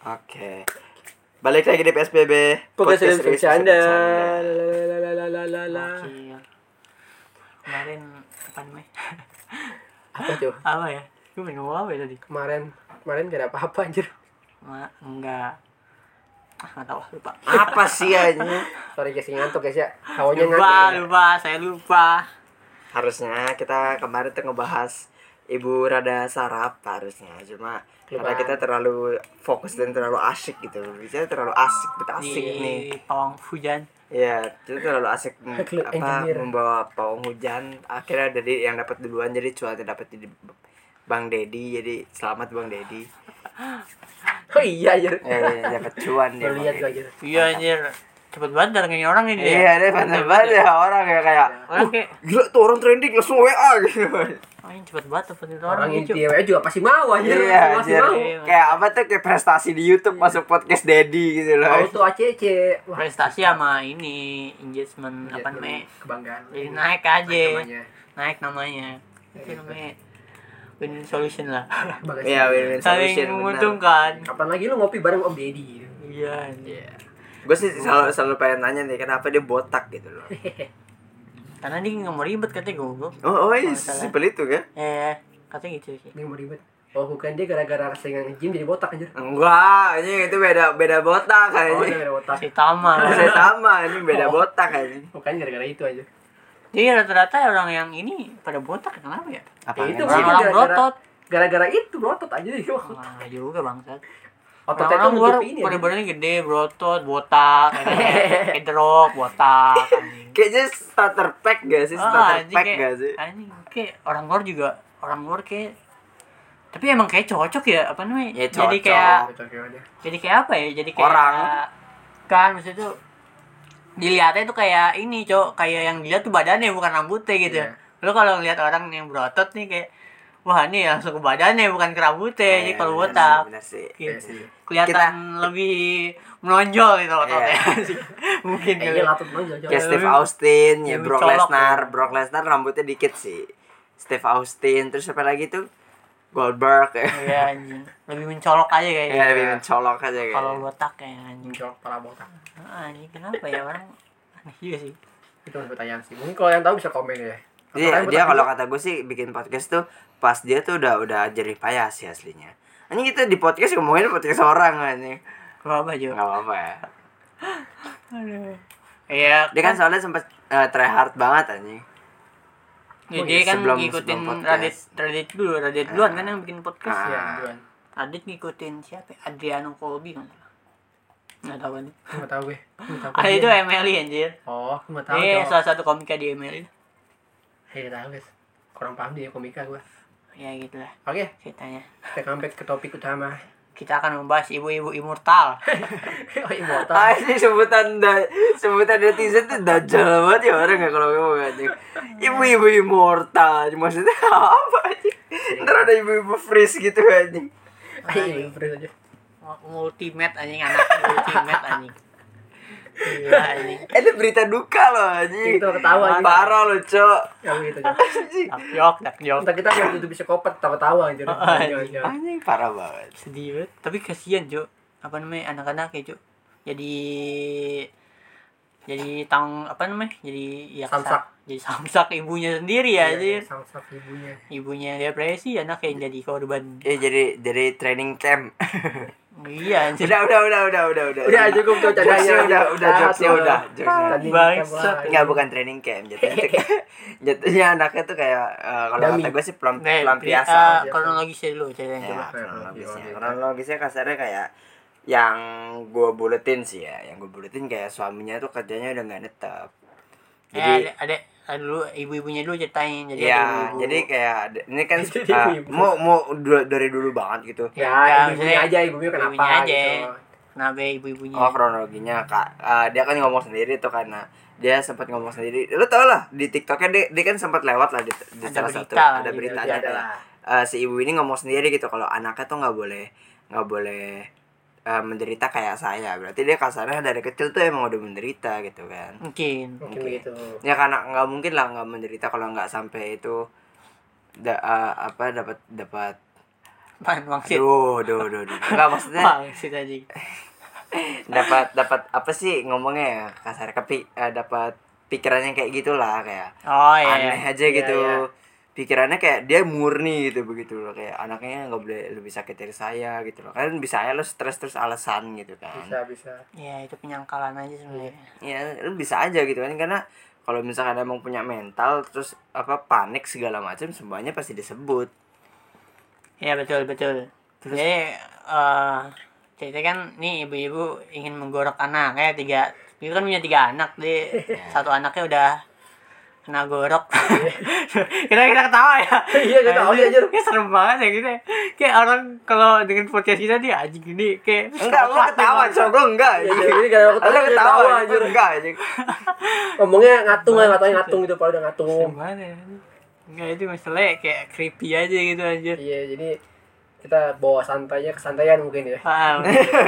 Oke. Balik lagi di PSBB. Podcast bercanda. Gokil. Kemarin apa namanya? Apa tuh? Apa ya? Gue pengen ngomong apa ya tadi? Kemarin gak ada apa-apa anjir. Enggak. Enggak tahu, lupa. Apa sih anjing? Sorry guys, ngantuk guys ya. Hawanya ngantuk. Lupa, saya lupa. Harusnya kita kemarin tuh ngebahas Ibu Rada Sarap harusnya. Cuma karena kita terlalu fokus dan terlalu asyik gitu. Biasanya terlalu asik, betul asik nih. Di pawang hujan. Iya, itu terlalu asik Engineer. membawa pawang hujan. Akhirnya jadi yang dapat duluan, jadi cuaca dapat di Bang Dedi. Jadi selamat Bang Dedi. Oh iya anjir. Dapat cuan dia. Baru lihat Bang gua Dedi. anjir. Iya anjir. Cepet banget datangin orang ini. Iya, dia pandai banget ya orang ya kayak. Orang kayak Gila tuh orang trending langsung WA gitu. ini cepet banget dapetin Orang orang inti gitu. WA juga pasti mau anjir. Iya, Masih anjir. mau. Kayak apa tuh kayak prestasi di YouTube masuk podcast Dedi gitu loh. Auto ACC. Wah, Prestasi sama ini engagement apa namanya? kebanggaan. Jadi naik aja. Namanya. Naik namanya. Itu namanya win solution lah. Bagas. Iya, win-win Saling solution. menguntungkan. Kapan lagi lu ngopi bareng Om Deddy? Iya anjir. Gue sih selalu pengen nanya nih kenapa dia botak gitu loh. Karena dia nggak mau ribet katanya gue. Oh iya, Masalah. simpel itu kan? Katanya gitu sih. Ini mau ribet. Oh bukan, dia gara-gara seringan nge-gym jadi botak anjir. Enggak, ini itu beda botak Oh kayaknya. gara-gara botak. Si Tama. Saya sama, ini beda botak kayaknya. Bukan gara-gara itu aja. Jadi rata-rata orang yang ini pada botak kenapa ya? Apa itu sih? Orang-orang berotot. Gara-gara itu berotot aja dia. Wah juga bangsat. Ototnya tuh Orang luar nutup ini. pada badannya gede, berotot, botak, kayak drop, botak. Anjing. Kayaknya starter pack gak sih? Starter pack gak sih? Anjing kayak orang luar juga, orang luar kayak. Tapi emang kayak cocok ya apa namanya? Ya, Jadi cocok. kayak jadi kayak apa ya? Jadi kayak Orang. Kan maksudnya tuh dilihatnya tuh kayak ini, Cok, kayak yang dilihat tuh badannya bukan rambutnya gitu. Iya. Lo kalau ngeliat orang yang berotot nih kayak wah ini langsung ke badannya bukan ke rambutnya. Jadi kalau bener botak sih, bener sih. gitu. Iya sih. Kelihatan lebih menonjol gitu ototnya. Iya. Mungkin Iya kali. latut banget Kayak jauh. Steve Austin, ya lebih Brock colok Lesnar. ya. Brock Lesnar rambutnya dikit sih. Steve Austin, terus apa lagi tuh? Goldberg ya. Iya anjing. Lebih mencolok aja kayaknya. Ya lebih mencolok aja Kalau kayaknya. botak kayak anjing. Muncul kepala botak. Anjing kenapa ya orang aneh juga sih. Itu pertanyaan sih. Mungkin kalau yang tahu bisa komen ya. Dia kalau kata gue sih bikin podcast tuh pas dia tuh udah jerih payah sih aslinya. Ini kita di podcast ngomongin podcast orang anjing. Gak apa juga. Enggak apa-apa ya. Aduh. Iya. Dia kan soalnya sempat try hard banget anjing. Ya, dia kan sebelum ngikutin podcast. Radit duluan kan yang bikin podcast. Ah. Iya, duluan. Radit ngikutin siapa? ya? Adriano Colby kan. Enggak tahu kan. Enggak tahu gue. Nggak tahu. Ah itu Emily anjir. Oh, enggak tahu. Iya, Cok. salah satu komika di Emily. Hei, tahu guys. Kurang paham dia komika gue. Ya gitulah Oke, ceritanya. kita comeback ke topik utama. Kita akan membahas ibu-ibu immortal. Oh, immortal. Ah ini sebutan netizen tuh dajal banget ya orang ya kalau ngomong anjing. Ibu-ibu immortal. Maksudnya apa anjing? Ntar ada ibu-ibu freeze gitu anjing. Ayo, terus aja. Ultimate anjing anaknya ultimate anjing. Gila anjing. Ada berita duka loh anjing. Itu ketawa anjing. Parah loh, Cok. Yang gitu aja. Anjing. Dak jok. Entar kita mau tutup psikopat tawa-tawa anjir. anjing. Anjing parah banget. Sedih banget. Tapi kasihan, Cuk. Apa namanya anak-anak ya, Cuk. Jadi apa namanya? Jadi ya Samsak. Jadi samsak ibunya sendiri ya, anjir. Samsak ibunya. Ibunya depresi, anaknya yang jadi korban. Jadi training camp. Iya, anjir. Udah. Udah cukup tuh Jokesnya udah, jokesnya udah. Tadi Bangsa. Enggak bukan training camp, jatuhnya anaknya tuh kayak kalau Dummy. kata gue sih Nih, pelampiasan. kronologisnya dulu ceritain Ya, coba. kronologisnya kasarnya kayak yang gue buletin sih ya, yang gue buletin kayak suaminya tuh kerjanya udah nggak netep. Jadi ada dulu ibu-ibunya dulu ceritain jadi ya, ada ibu-ibu. jadi kayak ini kan Jadi ibu-ibu. mau dari dulu banget gitu. Ya, Ya, ibunya maksudnya aja, ibunya kenapa ibunya aja. gitu. Kenapa ibu-ibunya? Oh kronologinya kak, dia kan ngomong sendiri tuh karena dia sempat ngomong sendiri. Lu tau lah di TikToknya dia kan sempat lewat lah di Ada salah berita satu lah, ada gitu. beritanya Ada kayak lah. si ibu ini ngomong sendiri gitu kalau anaknya tuh nggak boleh menderita kayak saya. Berarti dia kasarnya dari kecil tuh emang udah menderita gitu kan. Mungkin. Mungkin Oke. begitu. Ya karena nggak mungkin lah nggak menderita kalau nggak sampai itu dapat Apaan bangsit? Duh. Enggak maksudnya Bangsit aja. dapat apa sih ngomongnya ya kasar dapat pikirannya kayak gitulah kayak Oh iya. aneh aja Iya, gitu. iya. Pikirannya kayak dia murni gitu begitu loh kayak anaknya nggak boleh lebih sakit dari saya gitu loh kan bisa ya lo stres terus alasan gitu kan Bisa. Ya itu penyangkalan aja sebenarnya. ya lo bisa aja gitu kan karena kalau misalkan emang punya mental terus apa panik segala macam semuanya pasti disebut. Iya betul. Jadi cerita kan nih ibu-ibu ingin menggorok anak kayak itu kan punya 3 anak deh. Satu anaknya udah kena gorok. kita ketawa ya. Iya, kita tahu aja. Kayak serem banget ya gitu. Kayak orang kalau dengan podcast kita dia anjing gini kayak Enggak, lo ketawa, cowok gue enggak. Iya, jadi kalau Lo ketawa aja anjir. enggak aja. Ngomongnya ngatung gitu kalau udah ngatung. serem banget ya. Enggak itu masalahnya kayak creepy aja gitu anjir. Iya, jadi kita bawa santainya kesantaian mungkin ya. Paham.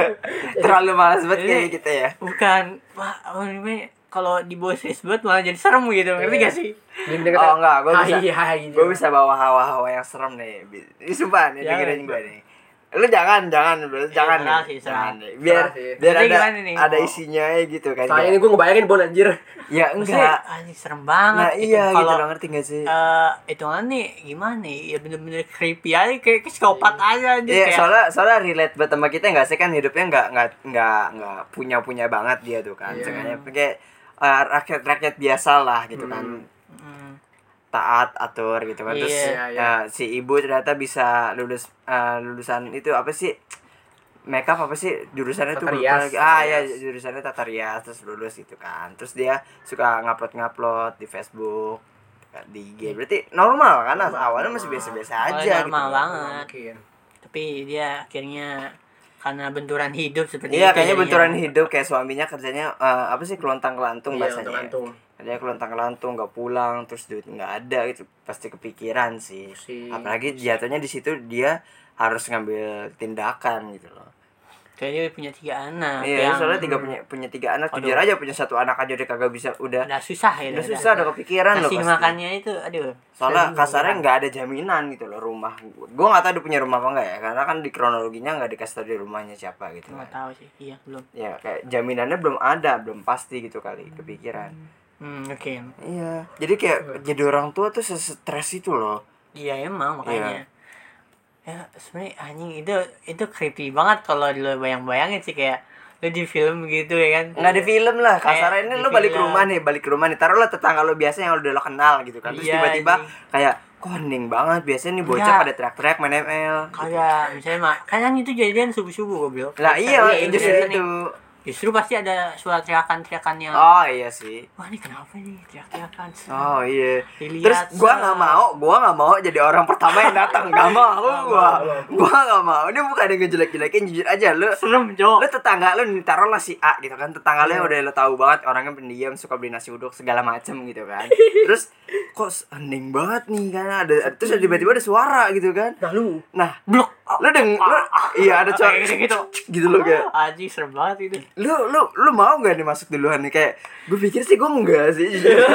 Terlalu malas banget kayak kita ya. Bukan, wah, ini kalau di bawah serius banget malah jadi serem gitu, ngerti gak sih? Jadi Oh enggak, gitu. gue bisa bawa hawa-hawa yang serem nih. Ini sumpah nih Jangan, dengerin gue nih. Lu jangan serah nih. sih, serah. Jangan nih. Biar Serah sih. biar Jadi ada gimana nih? ada Oh. isinya gitu kan. Soalnya ini gue ngebayangin Bon anjir. Ya Maksudnya, enggak. anjing serem banget. Nah Itu iya gitu kalau lo ngerti gak sih? itu kan nih gimana nih? Ya bener-bener creepy aja kayak psikopat aja anjir Iya, kayak. soalnya relate banget sama kita nggak sih kan hidupnya nggak punya banget dia tuh kan. Iya. Sengaja kayak rakyat biasa lah gitu kan. Hmm. Taat atur gitu kan terus Iya. si ibu ternyata bisa lulusan itu apa sih makeup apa sih jurusannya tuh Tata lupa rias. lagi. Ya jurusannya tata rias terus lulus gitu kan terus dia suka ngupload di Facebook di IG berarti normal kan awalnya masih biasa-biasa aja Normal gitu banget. Mungkin. Tapi dia akhirnya karena benturan hidup seperti iya itu kayaknya jadinya. benturan hidup kayak suaminya kerjanya apa sih kelontang kelantung Iya, bahasanya kelontang-kelantung. dia kelontang kelantung nggak pulang terus duit nggak ada gitu pasti kepikiran sih Pusing. apalagi jatuhnya di situ dia harus ngambil tindakan gitu loh Kayaknya dia punya 3 anak iya yang soalnya punya 3 anak jujur aja punya 1 anak aja udah kagak bisa udah susah ya. udah kepikiran loh Kasih pasti makannya itu aduh. soalnya kasarnya nggak ada jaminan gitu loh rumah gue nggak tahu dia punya rumah apa enggak ya karena kan di kronologinya nggak dikasih tahu di rumahnya siapa gitu Nggak kan tahu sih. Iya, belum. ya kayak jaminannya belum pasti gitu kali kepikiran Oke. iya jadi kayak jadi orang tua tuh stres itu loh Iya emang makanya. Iya. Ya sebenarnya anjing itu creepy banget kalau lo bayang-bayangin sih kayak lo di film gitu ya kan. nggak ada film lah kasarnya ini Di lo balik ke film. rumah nih taruhlah tetangga lo biasa yang udah lo kenal gitu kan terus Iya, tiba-tiba anjing. kayak kok hening banget biasanya nih bocah Enggak. pada teriak-teriak main ML Kayak misalnya mah kadang itu jadian subuh-subuh goblok. lah iya justru biasanya itu Justru pasti ada suara teriakan-teriakan yang oh iya sih wah ini kenapa nih teriak-teriakan. oh iya Dilihat, terus gua nggak mau jadi orang pertama yang datang nggak mau gua nggak mau ini bukan ada ngejelek-jelekin jujur aja lu serem, Cok. lu tetangga lu nih taruhlah si A gitu kan tetangga lu yang udah lu tahu banget orangnya pendiam suka beli nasi uduk segala macem gitu kan terus kok hening banget nih kan ada terus tiba-tiba ada suara gitu kan nah Blok. lu iya ada cowok Kayak gitu. gitu loh kayak Anjing serem banget itu. lu mau nggak nih masuk duluan nih kayak gue pikir sih gue enggak sih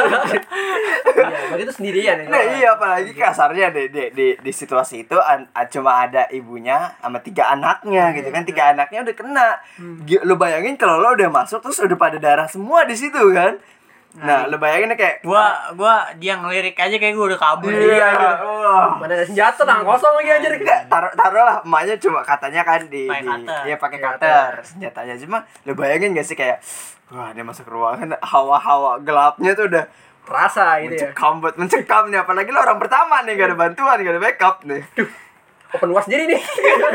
Iya, begitu sendirian ya. nah iya apalagi kasarnya di situasi itu cuma ada ibunya sama 3 anaknya gitu kan 3 anaknya udah kena lu bayangin kalau lo udah masuk terus udah pada darah semua di situ kan nah lu bayangin kayak Gua dia ngelirik aja kayak gua udah kabur. iya wah Mana ada senjata tangan kosong lagi anjir. enggak taruhlah emaknya cuma katanya kan Pakai cutter. iya pakai cutter senjatanya cuma lu bayangin gak sih kayak wah dia masuk ruangan hawa-hawa gelapnya tuh udah Terasa gitu ya. mencekam nih apalagi lo orang pertama nih gak ada bantuan gak ada backup nih Open was sendiri nih.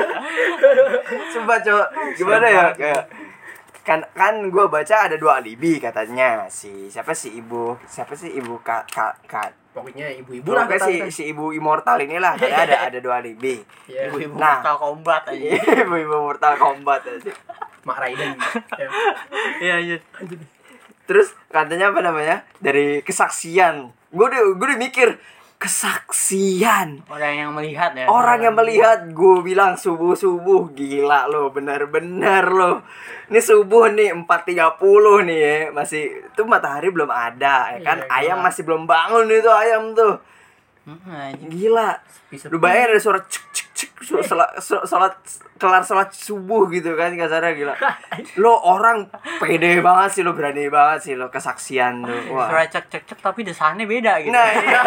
coba gimana ya kayak kan gue baca ada 2 alibi katanya siapa sih ibu kak Pokoknya ibu-ibu lah pokoknya si ibu immortal inilah katanya ada 2 alibi Iya. Ibu-ibu Nah. Mortal Kombat aja. ibu Mortal Kombat aja. Mak Raiden. Ya. Iya, iya. Terus katanya apa namanya dari kesaksian gue udah mikir kesaksian Orang yang melihat ya. orang yang melihat gue bilang subuh gila lo benar-benar lo ini subuh nih 4.30 nih ya masih itu matahari belum ada ya kan Iya, ayam gila. masih belum bangun itu ayam tuh Anjing. gila Bisa lu bayangin ada suara cek cek sholat kelar sholat subuh gitu kan kasarnya gila. Lo orang pede banget sih, lo berani banget sih lo kesaksian lo. Wah. Suara cek tapi desainnya beda gitu. Nah, iya.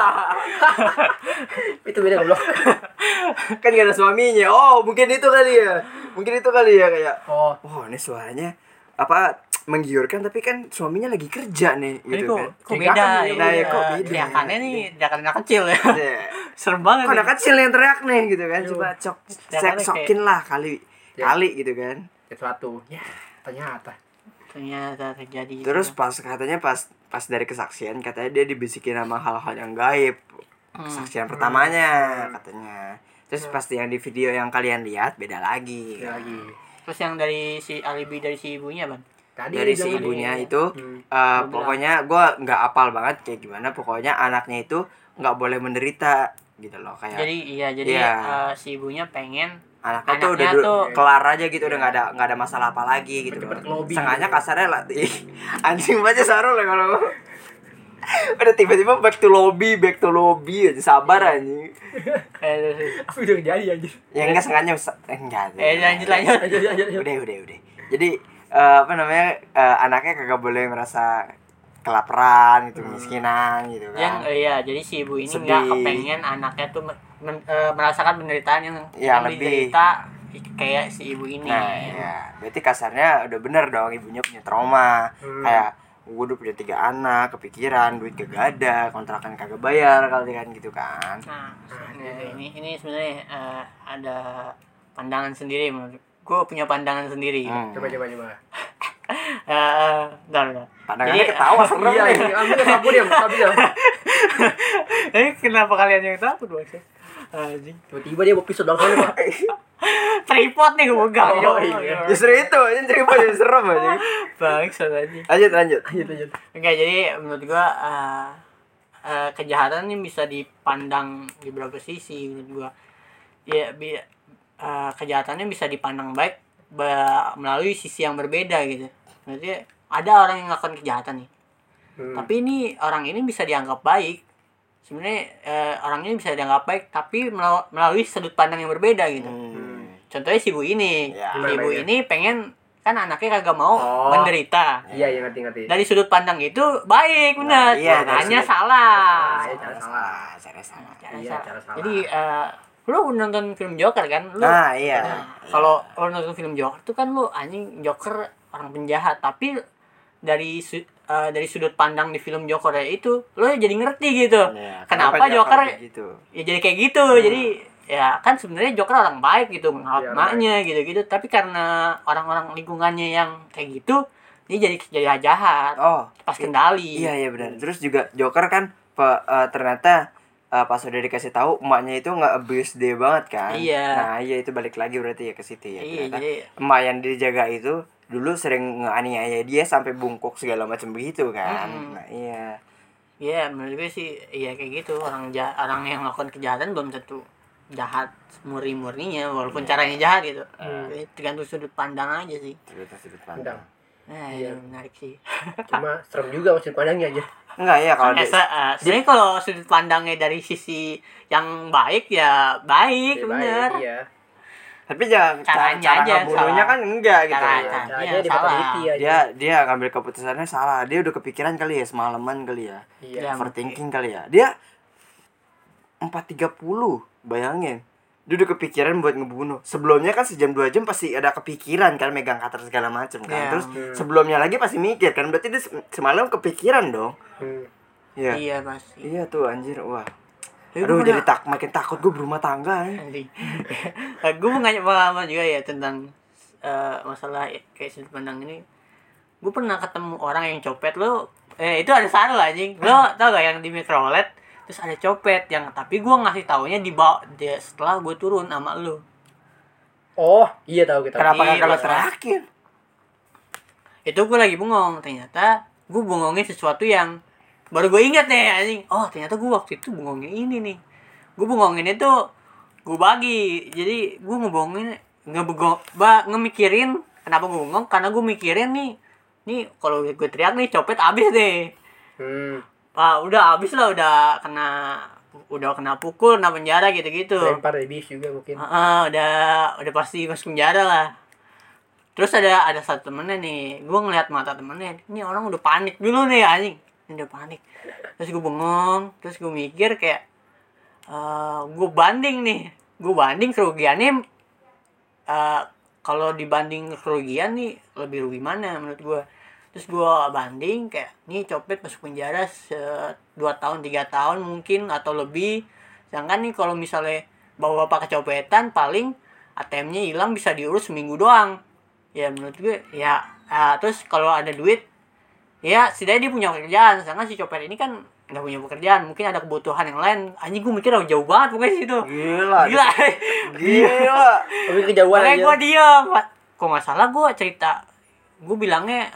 Itu beda goblok. Kan gak ada suaminya. Oh, mungkin itu kali ya. Kayak. Oh, Ini suaranya apa menggiurkan tapi kan suaminya lagi kerja nih Tapi gitu kok kan. beda ya? Nah, ya kok beda. Teriakannya nih teriakan anak kecil ya. Iya. Serem banget. Kok anak nih. kecil yang teriak nih gitu kan. Coba Teriakannya sokin lah kali gitu kan. sesuatu. Ya, ternyata. Ternyata terjadi. Terus pas katanya pas dari kesaksian katanya dia dibisikin sama hal-hal yang gaib. Kesaksian pertamanya katanya. Terus pas yang di video yang kalian lihat beda lagi. Ya lagi. Terus yang dari si alibi dari si ibunya, Bang. Tadi Dari dia si bilang ibunya nih. itu pokoknya gue nggak apal banget kayak gimana, pokoknya anaknya itu nggak boleh menderita gitu loh kayak Jadi Iya. Si ibunya pengen anaknya tuh anaknya udah tuh kelar aja gitu, udah nggak ada masalah apa lagi gitu Cepet-cepet ke loh. lobby. Sengaja kasarnya lah anjing aja Sarul lah kalau udah tiba-tiba back to lobby aja, sabar anjing. Apa udah jadi anjir. Ya enggak sengaja enggak. lanjut. Lanjut. Udah. Jadi anaknya kagak boleh merasa kelaparan gitu, miskinan gitu kan. Jadi si ibu ini Sedih. nggak kepengen anaknya tuh merasakan penderitaan yang lebih. diderita kayak si ibu ini. Nah, ya. Berarti kasarnya udah bener dong ibunya punya trauma. Kayak gue udah punya 3 anak, kepikiran, duit kagak ada, kontrakan kagak bayar kali kan gitu kan. Nah, ini sebenarnya ada pandangan sendiri menurut gue, punya pandangan sendiri. Coba. Bentar. Pandangannya Jadi, ketawa serem Iya, nih. ambil sapu dia. Kenapa kalian yang takut bang? Anjing. Tiba-tiba dia mau pisau dalam sana, Pak. Tripod nih gue pegang. Oh, iya. Justru itu, ini cerita jadi serem aja. Bangsat anjing. Lanjut. Lanjut. Enggak, jadi menurut gua kejahatan ini bisa dipandang di beberapa sisi menurut gua. Ya, kejahatannya bisa dipandang baik melalui sisi yang berbeda gitu. Berarti ada orang yang melakukan kejahatan nih. Tapi ini orang ini bisa dianggap baik. Sebenarnya orang ini bisa dianggap baik tapi melalui sudut pandang yang berbeda gitu. Contohnya si ibu ini. Ya. Si ibu ini pengen kan anaknya kagak mau menderita. Iya, ngerti. Dari sudut pandang itu baik benar. iya, dari Makanya sudut- salah. Cara salah. Cara salah. Cara salah. Jadi lu nonton film Joker kan? Lu, Nah, iya. Kalau lu nonton film Joker tuh kan lu anjing Joker orang penjahat, tapi dari sudut pandang di film Joker itu lu jadi ngerti gitu. Iya, Kenapa kenapa Joker kayak gitu? ya jadi kayak gitu. Jadi ya kan sebenarnya Joker orang baik gitu, ngelap Iya, maknya gitu-gitu, tapi karena orang-orang lingkungannya yang kayak gitu dia jadi jahat. Oh, Pas kendali. iya benar. Terus juga Joker kan ternyata pas udah dikasih tahu emaknya itu nggak abuse dia banget kan. Iya. Nah, iya itu balik lagi berarti ya ke situ ya. Iya, Ternyata jadi- emak yang dijaga itu dulu sering nganiaya dia sampai bungkuk segala macam begitu kan. Nah, iya. Iya, menurut gue sih iya kayak gitu. Orang yang melakukan kejahatan belum tentu jahat murni-murninya walaupun caranya jahat gitu. Jadi tergantung sudut pandang aja sih. Sudut pandang. Nah, iya menarik sih. Cuma serem juga sudut pandangnya aja. Enggak ya kalau Sebenarnya kalau sudut pandangnya dari sisi yang baik ya baik, bener. Iya. tapi jangan Caranya cara aja ngebunuhnya salah. kan enggak gitu. Caranya Caranya salah. dipeliti aja. Dia ngambil keputusannya salah. Dia udah kepikiran kali ya semalaman kali ya. Iya. Overthinking kali ya. Dia 4.30, bayangin. Dia udah kepikiran buat ngebunuh. Sebelumnya kan sejam 2 jam pasti ada kepikiran kan megang cutter segala macem kan. Iya. Terus sebelumnya lagi pasti mikir kan. Berarti dia semalam kepikiran dong. Iya. Iya pasti. Iya tuh anjir. Wah. Tapi Aduh gua jadi makin takut gue berumah tangga ya. Gue mau ngajak pengalaman juga ya tentang masalah kayak sudut pandang ini. Gue pernah ketemu orang yang copet lo. Itu ada salah anjing. Lo tau gak yang di mikrolet? Terus ada copet yang tapi gue ngasih taunya dia setelah gue turun sama lo. Oh, iya tahu kita. Kenapa Iya, kagak lo iya. terakhir? Itu gue lagi bengong, ternyata gue bengongin sesuatu yang baru gue ingat nih anjing. Oh ternyata gue waktu itu bengongin ini nih. Gue bengongin itu gue bagi. Jadi gue ngemikirin kenapa gue bengong, karena gue mikirin nih kalau gue teriak nih copet abis deh. Udah abis lah, udah kena udah kena pukul, kena penjara gitu-gitu. Lempar dari bis juga mungkin. Udah pasti masuk penjara lah. Terus ada satu temennya nih, gue ngeliat mata temennya, ini orang udah panik dulu nih anjing, ini udah panik. Terus gue bengong, terus gue mikir kayak, gue banding kerugiannya, kalau dibanding kerugian nih lebih rugi mana menurut gue. Terus gue banding kayak, nih copet masuk penjara 2 tahun 3 tahun mungkin atau lebih. Sedangkan nih kalau misalnya bapak kecopetan paling ATM-nya hilang bisa diurus seminggu doang. Ya menurut gue ya, terus kalau ada duit ya setidaknya dia punya pekerjaan. Sedangkan si copet ini kan nggak punya pekerjaan, mungkin ada kebutuhan yang lain. Anjing gue mikir jauh banget pokoknya situ. Gila. Tapi kejauhan Makanya aja. gue diam. Kok nggak salah gue cerita, gue bilangnya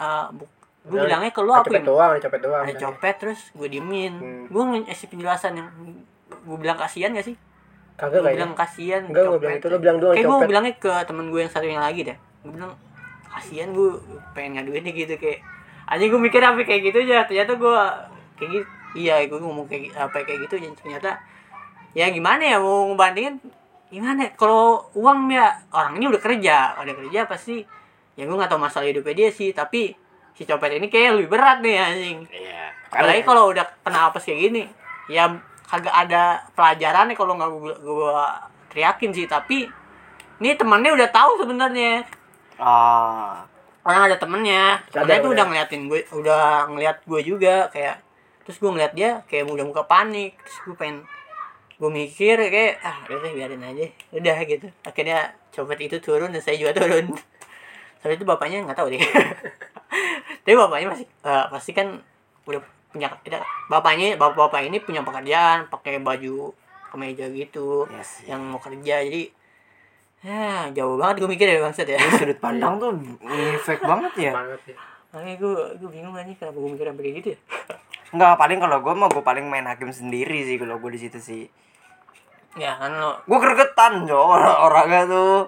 ke lu apa Copet doang. ada copet, terus gue diemin. Gue ngasih penjelasan yang gue bilang kasihan gak sih? Kagak Gue kayaknya. bilang kasihan. Enggak, gue bilang itu, lo bilang doang Kayak gue copet. bilangnya ke temen gue yang satunya lagi deh. Gue bilang kasihan, gue pengen ngaduinnya gitu kayak. Anjing gue mikir apa kayak gitu aja. Ternyata gue kayak gitu. Iya, gue ngomong kayak gitu aja. Ternyata ya gimana ya mau ngebandingin gimana? Kalau uang ya orang ini udah kerja pasti. Ya gue nggak tahu masalah hidupnya dia sih, tapi si copet ini kayak lebih berat nih anjing. Iya. Apalagi kalau udah kena apes kayak gini, ya kagak ada pelajarannya kalau nggak gue teriakin sih. Tapi ini temannya udah tahu sebenarnya. Orang ada temennya, dia tuh udah ngeliatin gue, udah ngeliat gue juga kayak. Terus gue ngeliat dia kayak udah muka panik. Terus gue mikir kayak udah deh biarin aja, udah gitu. Akhirnya copet itu turun dan saya juga turun. Soalnya itu bapaknya nggak tahu deh. Tapi bapaknya masih pasti kan udah punya, bapak ini punya pekerjaan, pakai baju kemeja gitu, Yes, yang mau kerja. Jadi ya jauh banget gue mikir ya bangsat ya. Sudut pandang tuh ngefek banget ya. Banget ya. Makanya gue bingung aja kenapa gue mikir sampai kayak gitu ya. Enggak, paling kalau gue paling main hakim sendiri sih kalau gue di situ sih. Ya kan lo. Gue gregetan Jo, orangnya tuh.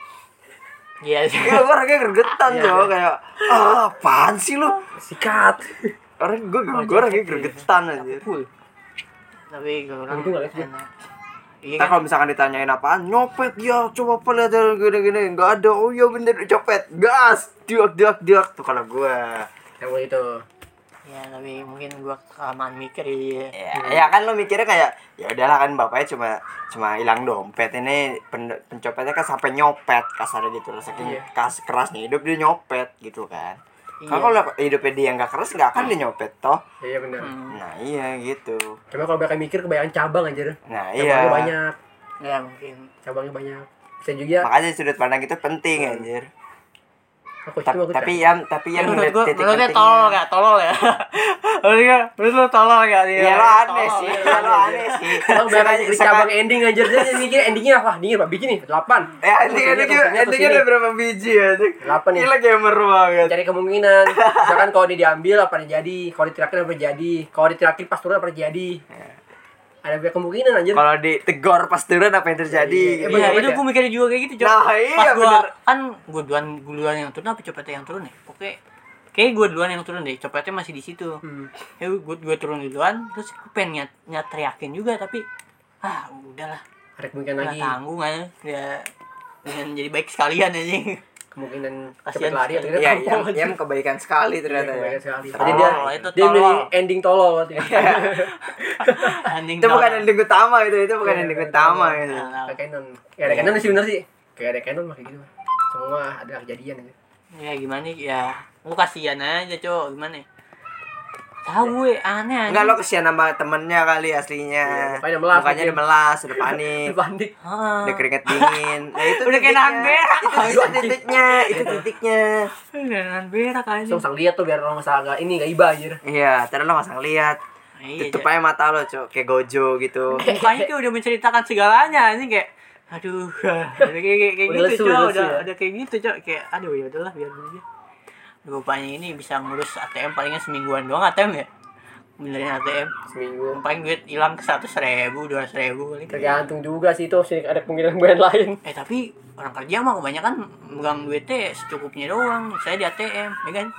Iya sih. Gue orangnya gregetan Jo, kayak apaan sih lu? Sikat. Gue orangnya gregetan aja. Tapi kalau orang Untung nggak lihat enak. Iya Ntar kan? kalau misalkan ditanyain apaan, nyopet ya, coba apa lihat gini-gini, nggak ada, oh iya bener copet, gas, diak tuh kalau gue. Yang itu. Ya tapi mungkin gua kelamaan mikir ya. Ya kan lo mikirnya kayak ya udahlah kan bapaknya cuma hilang dompet, ini pencopetnya kan sampai nyopet kasarnya gitu loh, saking kerasnya hidup dia nyopet gitu kan. Iya. Kalau hidupnya dia nggak keras nggak akan dia nyopet toh. Iya benar. Nah iya gitu. Cuma kalau mereka mikir kebanyakan cabang aja deh. Nah Cabangnya iya. banyak. Ya mungkin. Cabangnya banyak. Bisa juga. Makanya sudut pandang itu penting anjir. Aku Tapi yang Menurut gua titik menurutnya pentingnya. tolol ya. Menurut lu tolol gak nih? Iya lo aneh sih, iya lo aneh sih. Kalau banyak cabang ending aja dia mikir endingnya apa? Endingnya berapa biji nih? 8. Endingnya ada berapa biji ya? 8 nih. Gila gamer banget. Cari kemungkinan. Misalkan kalau dia diambil apa yang jadi, kalau diterakin apa yang jadi, kalau diterakin pas turun apa yang jadi. Ada banyak kemungkinan anjir. Kalau ditegor pas turun apa yang terjadi? Iya, Iya, banget itu ya. gua mikirnya juga kayak gitu, Cok. Nah, iya, Pas gua bener. kan gua duluan yang turun apa copetnya yang turun ya? Oke. Kayak gua duluan yang turun deh, copetnya masih di situ. Ya gua turun duluan, terus gua pengen teriakin juga tapi udahlah. Ada kemungkinan Nggak lagi. tanggung aja. Ya dengan jadi baik sekalian aja. Kemungkinan Kasihan cepet lari sekali. akhirnya Iya, kampung aja. yang kebaikan sekali ternyata ya. Kebaikan sekali. Tolol, Jadi dia itu dia milih tolol. ending tolol waktu itu. Anjing Itu bukan tolol. ending utama itu bukan Iya, ending bukan utama Nah, itu. Kayak Canon. Ya ada Canon sih bener sih. Kayak ada Canon mah kayak gitu. Semua ada kejadian gitu. Ya gimana ya? Lu kasihan aja, Cok. Gimana? Tahu gue aneh. Enggak lo kesian sama temennya kali aslinya. Iya, mukanya Mukanya udah melas mungkin. melas, udah panik. Panik. Udah keringet dingin. Nah itu Udah kayak nahan berak. Itu titiknya. Udah nahan berak aja. Langsung lihat tuh biar orang masalah agak ini enggak iba anjir. Iya, terus lo masang lihat. Iya, Tutup aja mata lo, Cok, kayak Gojo gitu. mukanya kayak udah menceritakan segalanya ini kayak aduh udah kayak Udah gitu lesu, Cok, lesu ya? udah kayak gitu Cok, kayak aduh ya udahlah biar aja. Rupanya ini bisa ngurus ATM palingnya semingguan doang ATM ya, benerin ATM Seminggu. paling duit hilang ke 100.000 200.000 kali. Tergantung juga sih tuh sih ada kemungkinan brand lain. Tapi orang kerja mah kebanyakan megang duitnya secukupnya doang, saya di ATM ya kan.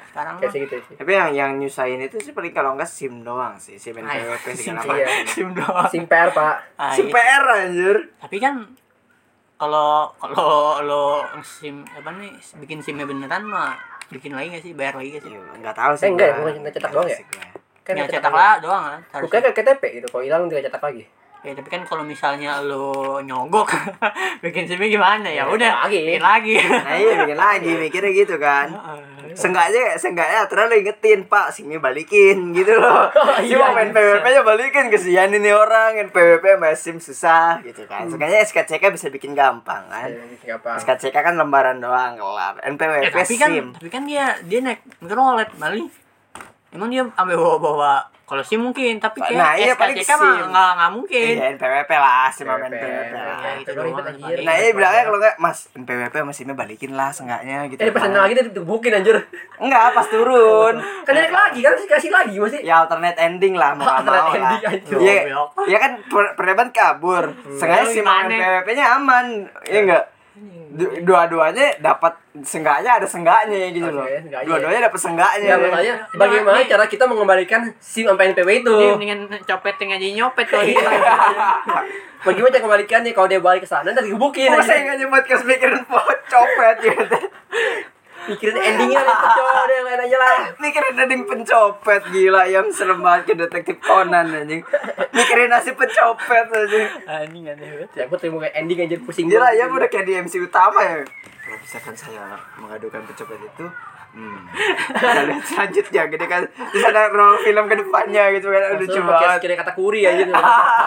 sekarang Kayak mah. gitu sih. Tapi yang nyusahin itu sih paling kalau enggak SIM doang sih, SIM NPWP segala Iya. macam. SIM doang. SIM PR, Pak. SIM Iya. PR anjir. Tapi kan kalau lo SIM apa nih bikin SIM-nya beneran mah bikin lagi gak sih? Bayar lagi gak sih? Iya, enggak tahu sih. Enggak ya, gua. bukan cetak doang ya? Sih gua. Kan Ya cetak cetak lagi. lah doang kan. Bukan kayak KTP gitu, kalau hilang tinggal cetak lagi. Ya tapi kan kalau misalnya lo nyogok bikin SIM-nya gimana ya? Ya, Udah lagi. bikin lagi. Nah iya bikin lagi, mikirnya gitu kan. Seenggaknya terlalu ingetin Pak, SIM-nya balikin gitu loh. Iya, Cuma main PWP-nya balikin, kesian ini orang yang PWP sama SIM susah gitu kan. Seenggaknya SKCK bisa bikin gampang kan. Iya, gampang. SKCK kan lembaran doang kelar. NPWP SIM. Tapi kan dia naik mikrolet Bali. Emang dia sampai bawa kalau SIM mungkin, tapi kayak Nah, iya, paling SKCK SIM. mah nggak mungkin. Iya NPWP lah, SIM sama PWP. NPWP lah. Ya, itu doang ribet, anjir. Nah iya bilangnya kalau enggak Mas NPWP sama SIM-nya balikin lah seenggaknya gitu. Pas lagi dia dibukin anjir. Enggak pas turun. Kan naik lagi kan kasih lagi masih. Ya alternate ending lah mau nggak Alternate mau lah. ending, anjir. Iya, Goblok. ya kan perdebat kabur. Sengaja Lu SIM gimana? sama PWP-nya aman. Iya enggak? Dua-duanya dapat senggaknya ada senggaknya gitu loh. Oke, senggaknya. Dua-duanya dapat senggaknya. Ya makanya bagaimana cara kita mengembalikan SIM sampai NPW itu? Dia mendingan copetin aja nyopet kalau gitu. Bagaimana cara kembalikannya kalau dia balik ke sana ntar digebukin Kok aja. saya nggak nyebut ke mikirin copet gitu. Mikirin endingnya lah cowok deh yang lain aja lah. Mikirin ending pencopet gila yang serem banget ke detektif Conan anjing. Mikirin nasib pencopet anjing. Anjing aneh banget. Ya aku terima kayak ending anjir pusing Gila banget. ya udah kayak di MC utama ya. Kalau misalkan saya mengadukan pencopet itu kita lihat selanjutnya gitu kan. Terus ada role film ke depannya gitu kan. Udah Langsung coba pakai skill kata kuri aja tuh.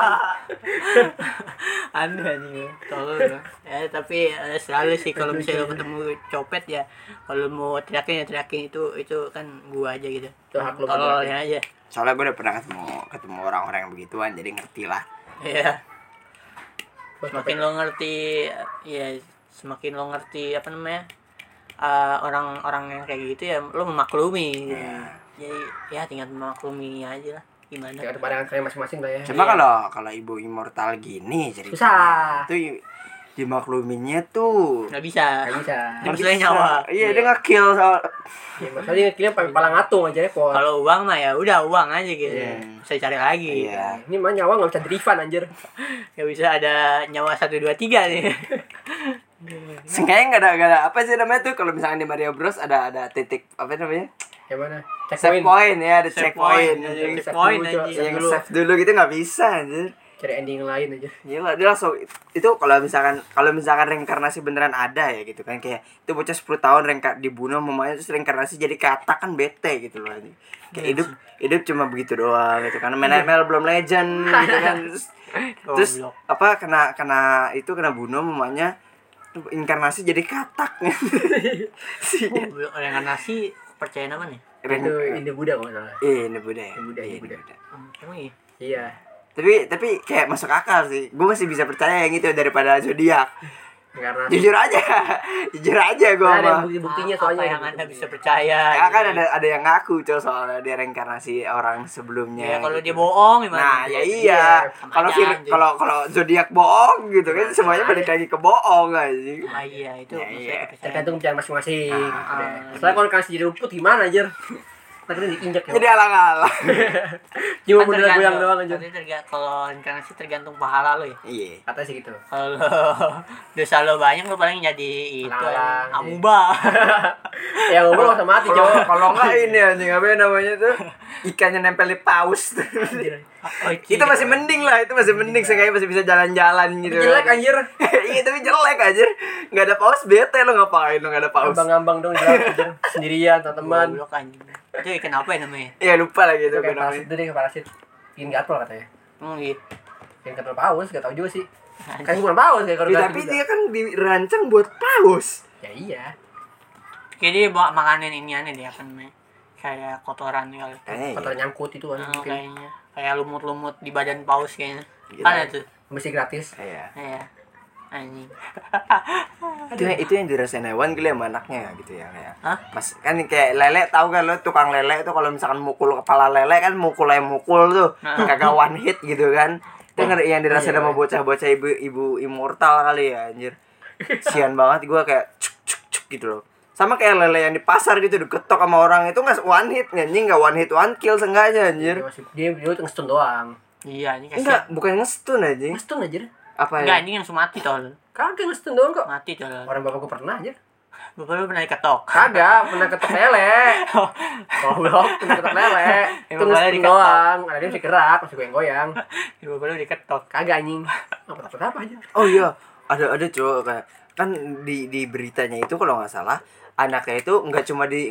Aneh anjing. Tolong. Ya tapi selalu sih kalau misalnya lo ketemu copet ya kalau mau teriakin ya teriakin itu kan gua aja gitu. Itu hak lo. Tololnya aja. Soalnya gue udah pernah ketemu orang-orang yang begituan jadi ngerti lah. Iya. Semakin lo ngerti ya semakin lo ngerti apa namanya orang-orang yang kayak gitu ya lo memaklumi gitu. Jadi ya tinggal memaklumi aja lah gimana. Ya kepada kalian masing-masing lah ya. Cuma kalau ibu immortal gini cerita Susah. itu dimakluminya tuh Nggak bisa. Nggak bisa. Dia masalahnya nyawa. Iya dia nge-kill soal Ya, masalahnya kalian pakai pala ngatung aja repot. Kalau uang mah ya udah uang aja gitu. Iya. Bisa cari lagi. Iya. Ini mah nyawa nggak bisa di-refund anjir. Nggak bisa ada nyawa 1 2 3 nih. Seenggaknya nggak ada apa sih namanya tuh kalau misalkan di Mario Bros ada titik apa namanya Yang mana? save point ya ada Save checkpoint point, anjing. save point dulu, anjing. Save yang dulu. save dulu gitu nggak bisa anjir. Cari ending yang lain aja. Gila dia langsung itu kalau misalkan reinkarnasi beneran ada ya gitu kan kayak itu bocah 10 tahun dibunuh mamanya terus reinkarnasi jadi katak kan bete gitu loh anjing. Kayak hidup cuma begitu doang gitu kan main ML belum legend gitu kan terus Goblok. apa kena bunuh mamanya inkarnasi jadi katak. Goblok, orang nasi percaya apa nih? Itu India Buddha kalau nggak salah. Ini Buddha ya. Buddha, Iya, Buddha. Buddha. Emang iya. Iya. Tapi kayak masuk akal sih. Gue masih bisa percaya yang itu daripada zodiak. Karena Jujur aja gue ada mah. bukti-buktinya Apa soalnya. yang Anda bisa percaya? Ya kan gitu. ada yang ngaku coy soalnya dia reinkarnasi orang sebelumnya. Ya kalau gitu. dia bohong Nah, gimana? ya iya. Sama Kalau aja, anjing. kalau zodiak bohong gitu kan semuanya balik lagi ke bohong anjing. Ah, iya itu Ya, maksudnya iya. kepercayaan. Tergantung pencarian masing-masing. Ah. Soalnya kalau kasih jadi rumput gimana anjir? Tapi diinjak Jadi ya. alang-alang. Cuma Kan modal goyang doang anjir. Kalau inkarnasi tergantung pahala lo ya. Iya. Katanya sih gitu. Kalau dosa lo banyak lo paling jadi itu Alang-alang, amuba. Ya ngobrol sama mati Kalau cowok. kalau enggak ini anjing apa yang namanya tuh ikannya nempel di paus. Oh, Itu masih mending lah, itu masih mending seenggaknya masih bisa jalan-jalan gitu. Jelek anjir. Iya tapi jelek anjir. Enggak ada paus bete lo ngapain lo enggak ada paus. Ngambang-ngambang dong jalan anjir. Sendirian sama teman. Goblok anjing. Itu ikan apa ya namanya? Iya lupa lagi itu Itu kayak namanya. parasit itu deh parasit. Bikin gatel katanya. Gitu. Bikin gatel paus, gak tau juga sih. Kan bukan paus kayak kalau Ya, gatel tapi juga. dia kan dirancang buat paus. Ya iya. Kayak dia bawa makanan ini aneh deh apa namanya? Kayak kotoran kali. Kotor nyangkut itu kan Oh, mungkin. kayaknya kayak lumut-lumut di badan paus kayaknya. Gila. Ada tuh. Mesti gratis. Iya. Iya. Anjing. Itu yang dirasain hewan kali sama anaknya gitu ya kayak. Hah? Mas kan kayak lele tahu kan lo tukang lele itu kalau misalkan mukul kepala lele kan mukul tuh kagak one hit gitu kan. Itu yang dirasain sama bocah-bocah ibu immortal kali ya anjir. Sian banget gua kayak cuk cuk cuk gitu loh. Sama kayak lele yang di pasar gitu diketok sama orang itu nggak one hit anjing, nggak one hit one kill seenggaknya anjir. Dia ngestun doang. Iya, ini Enggak, kasihan. bukan ngestun anjing. Ngestun aja. Apa Enggak, ya? ini langsung mati tol. Kagak ngestun doang kok. Mati tol. Orang bapak gue pernah aja. Bapak lu pernah diketok. Kagak, pernah ketok lele. Goblok, pernah ketok lele. Itu Emang boleh ngestun diketok. doang. Ada dia masih gerak, masih goyang-goyang. Bapak lu diketok. Kagak anjing. Apa aja. Oh iya, ada cowok kayak kan di beritanya itu kalau nggak salah anaknya itu nggak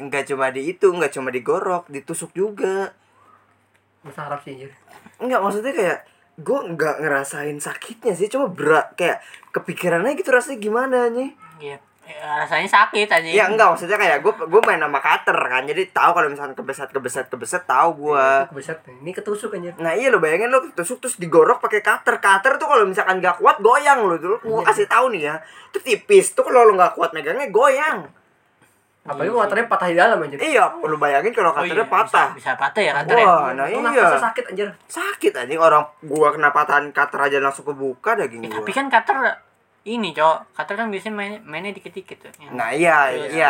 cuma digorok, ditusuk juga. Masa harap sih anjir. Enggak, maksudnya kayak gue nggak ngerasain sakitnya sih, cuma berat kayak kepikirannya gitu rasanya gimana nih. Iya. Rasanya sakit aja. Ya enggak, maksudnya kayak gue main sama cutter kan, jadi tahu kalau misalkan kebeset tahu gue. Itu kebeset. Ini ketusuk anjir. Nah iya, lo bayangin lo tusuk terus digorok pakai cutter tuh kalau misalkan nggak kuat goyang lo tuh. Gue kasih tahu nih ya, itu tipis tuh kalau lo nggak kuat megangnya goyang. Apalagi motornya patah di dalam anjir. Iya, lo bayangin kalau cutternya patah. Bisa patah ya cutternya. Wah, nah Itu iya. nafasnya sakit anjir. Sakit anjing, orang gua kena patahan cutter aja langsung kebuka daging gua. Tapi kan cutter ini, Cok. Cutter kan biasanya mainnya dikit-dikit tuh. Nah iya.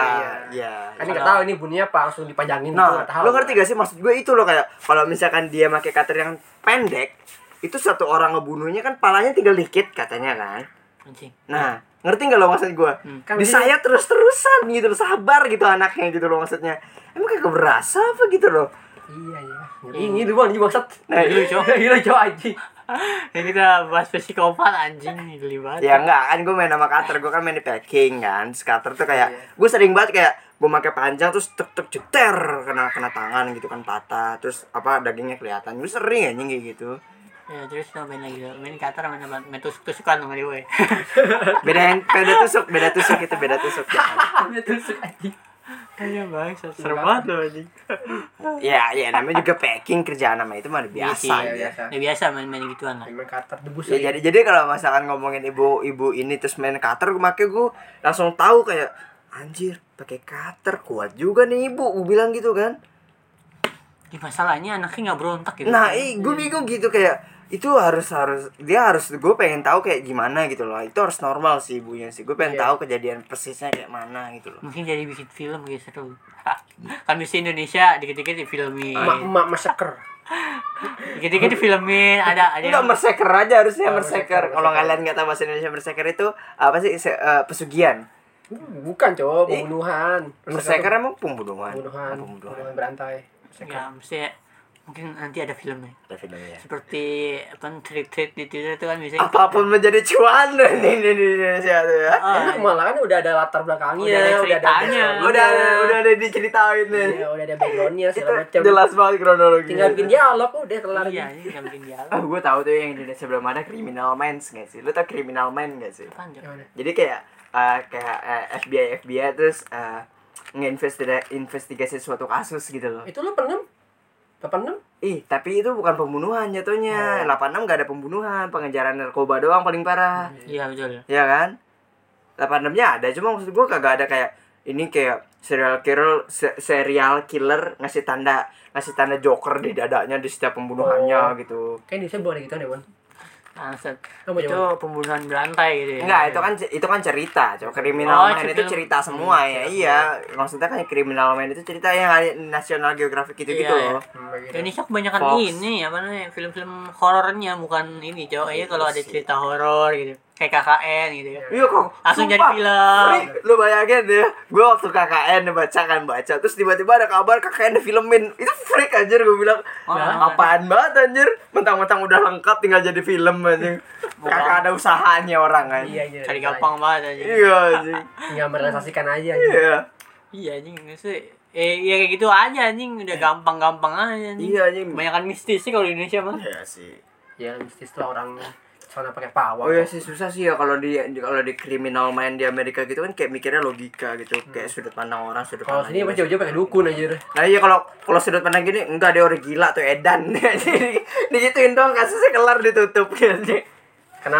Kan nggak tahu ini bunyinya apa, langsung dipajangin gitu, Nah, nggak tahu. lo ngerti gak sih maksud gue itu lo kayak kalau misalkan dia pakai cutter yang pendek, itu satu orang ngebunuhnya kan palanya tinggal dikit katanya kan. Anjing. Nah, ngerti gak lo maksud gue? Kan Disayat terus-terusan gitu lo, sabar gitu anaknya gitu lo maksudnya. Emang kayak berasa apa gitu lo? Iya. Ini dulu anjing bangsat. Nah, Geli, Cok. Gila Cok anjing. Ya kita bahas psikopat anjing nih, geli banget. ya enggak kan gue main sama cutter, gue kan main di packing kan. Cutter tuh kayak gue sering banget kayak gue pakai panjang terus tek jeter kena tangan gitu kan patah, terus apa dagingnya kelihatan. Gue sering anjing kayak gitu. Ya terus lo main lagi, main cutter main tusuk-tusukan sama dia, weh. beda tusuk jangan. Dia tusuk anjing. Iya bang, serem banget lo anjing. Ya namanya juga packing, kerjaan nama itu mah biasa. Iya, Ya. biasa. Ya biasa main gituan lah. Main cutter debus Ya, jadi kalau misalkan ngomongin ibu ini terus main cutter, makanya gue langsung tahu kayak anjir pakai cutter kuat juga nih ibu, gue bilang gitu kan. Di masalahnya anaknya nggak berontak gitu. Nah, gue bingung gitu kayak itu harus gue pengen tahu kayak gimana gitu loh. Itu harus normal sih ibunya sih. Gue pengen tahu kejadian persisnya kayak mana gitu loh. Mungkin jadi bikin film gitu seru. Kan bisa Indonesia dikit-dikit difilmin. emak massacre. Dikit-dikit difilmin, ada Enggak, merseker aja harusnya, merseker. merseker. Kalau kalian nggak tahu bahasa Indonesia, merseker itu apa sih? Pesugihan. Bukan Cok, pembunuhan. Merseker emang pembunuhan. Pembunuhan berantai. Ya, mesti mungkin nanti ada filmnya. Ada filmnya. Seperti apa tweet di Twitter itu kan biasanya Apapun menjadi cuan di Indonesia tuh ya. Enak malah kan udah ada latar belakangnya, Udah ada ceritanya. Udah ada diceritain nih. Iya, udah ada backgroundnya Itu segala macam. jelas banget kronologi. Tinggal bikin dialog udah kelar. iya, ini nggak bikin dialog. Gue tahu tuh yang di Indonesia belum ada Criminal Minds nggak sih? Lu tau Criminal Minds nggak sih? Apaan, Cok? Jadi kayak FBI terus nginvestigasi suatu kasus gitu loh. Itu lo penem? 86? Tapi itu bukan pembunuhan jatuhnya. 86 gak ada pembunuhan, pengejaran narkoba doang paling parah. Iya, betul. Iya kan? 86-nya ada, cuma maksud gue kagak ada kayak ini kayak serial killer ngasih tanda Joker di dadanya di setiap pembunuhannya gitu. Kayak Indonesia boleh gitu deh, Bon. Bangsat. Apa Itu jawaban? pembunuhan berantai gitu ya. Enggak, itu kan cerita. Coba Criminal Man itu film. cerita semua ya. Iya, maksudnya kan Criminal Man itu cerita yang ada National Geographic gitu-gitu Iya, loh. Indonesia kebanyakan Fox. ini apa namanya film-film horornya bukan ini, Cok. Iya, kalau ada cerita horor gitu. Kayak KKN gitu ya. Iya kok. Langsung jadi sumpah. film. Freak, lu bayangin deh, gue waktu KKN baca, terus tiba-tiba ada kabar KKN difilmin. Itu freak anjir, gue bilang, apaan banget anjir. Mentang-mentang udah lengkap tinggal jadi film anjir. Kakak ada usahanya orang anjir. Iya. Cari gampang banget aja. Iya anjir. Tinggal merealisasikan aja. Iya. Iya anjing, maksudnya ya kayak gitu aja anjing, udah gampang-gampang aja anjing. Iya anjing. Kebanyakan mistis sih kalau di Indonesia mah. Iya sih. Ya mistis lah orang sana pakai pawang. Oh iya sih, susah sih ya kalau di Criminal Mind di Amerika gitu kan kayak mikirnya logika gitu, kayak sudut pandang orang, sudut Kalau pandang. sini masih jauh-jauh pakai dukun aja. Nah iya, kalau sudut pandang gini enggak, dia orang gila tuh edan. Digituin doang kasusnya kelar, ditutup gitu. Karena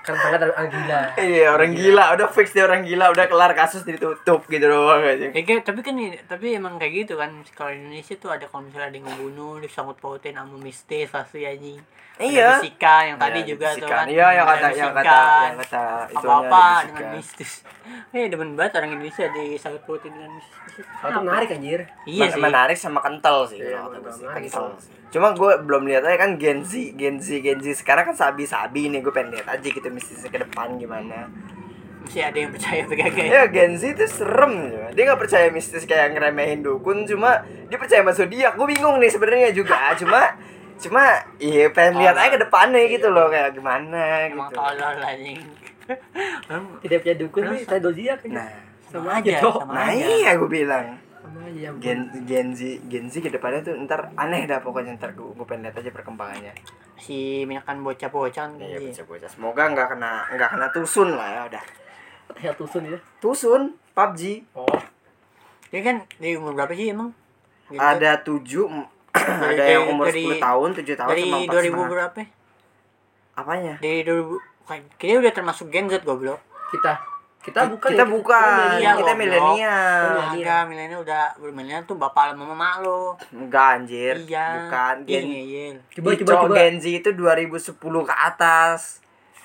Karena tangan orang gila. Iya, orang gila, udah fix dia orang gila, udah kelar kasus ditutup gitu doang aja. Tapi kan tapi emang kayak gitu kan kalau di Indonesia tuh ada kalau misalnya ada yang ngebunuh disangkut pautin sama mistis pasti anjing. Iya. Ada Fisika yang tadi Iya, juga tuh bisikan. kan. Iya, yang Ada kata bisikan, itunya apa-apa ada dengan bisikan. mistis. Demen banget orang Indonesia disangkut pautin dengan mistis. Soalnya menarik anjir. Iya sih. Menarik sama kental sih Iya, kalau kata gue sih, menarik. kental sih. Cuma gue belum lihat aja kan Gen Z sekarang kan sabi-sabi nih, gue pengen lihat aja gitu mistisnya ke depan gimana. Masih ada yang percaya PKK. Ya Gen Z itu serem ya. Dia nggak percaya mistis kayak ngeremehin dukun, cuma dia percaya sama zodiak. Gue bingung nih sebenarnya juga. Cuma iya pengen lihat aja ke depannya gitu loh kayak gimana Emang gitu. tolol anjing. Tidak punya dukun nih, saya zodiak kan. Nah, Sama aja, Cok. sama nah aja. iya gue bilang. Sama aja. Gen Z ke depannya tuh ntar aneh dah pokoknya, ntar gue pengen lihat aja perkembangannya. Si banyakan bocah-bocah kan. Iya bocah-bocah. Semoga nggak kena tusun lah ya udah. Ya tusun ya. Tusun PUBG Oh. Dia kan di umur berapa sih emang? Gitu. ada 7 ada yang umur dari- 10 tahun, 7 tahun Dari sama 4 2000 setengah. berapa? Apanya? Dari 2000 kayaknya udah termasuk Gen Z goblok. Kita bukan. Kita ya, bukan, Iya, kita goblok. milenial. Enggak, milenial udah milenial tuh bapak sama mama lo. Enggak anjir, Iya. bukan Gen Iya. Coba. Gen Z itu 2010 ke atas.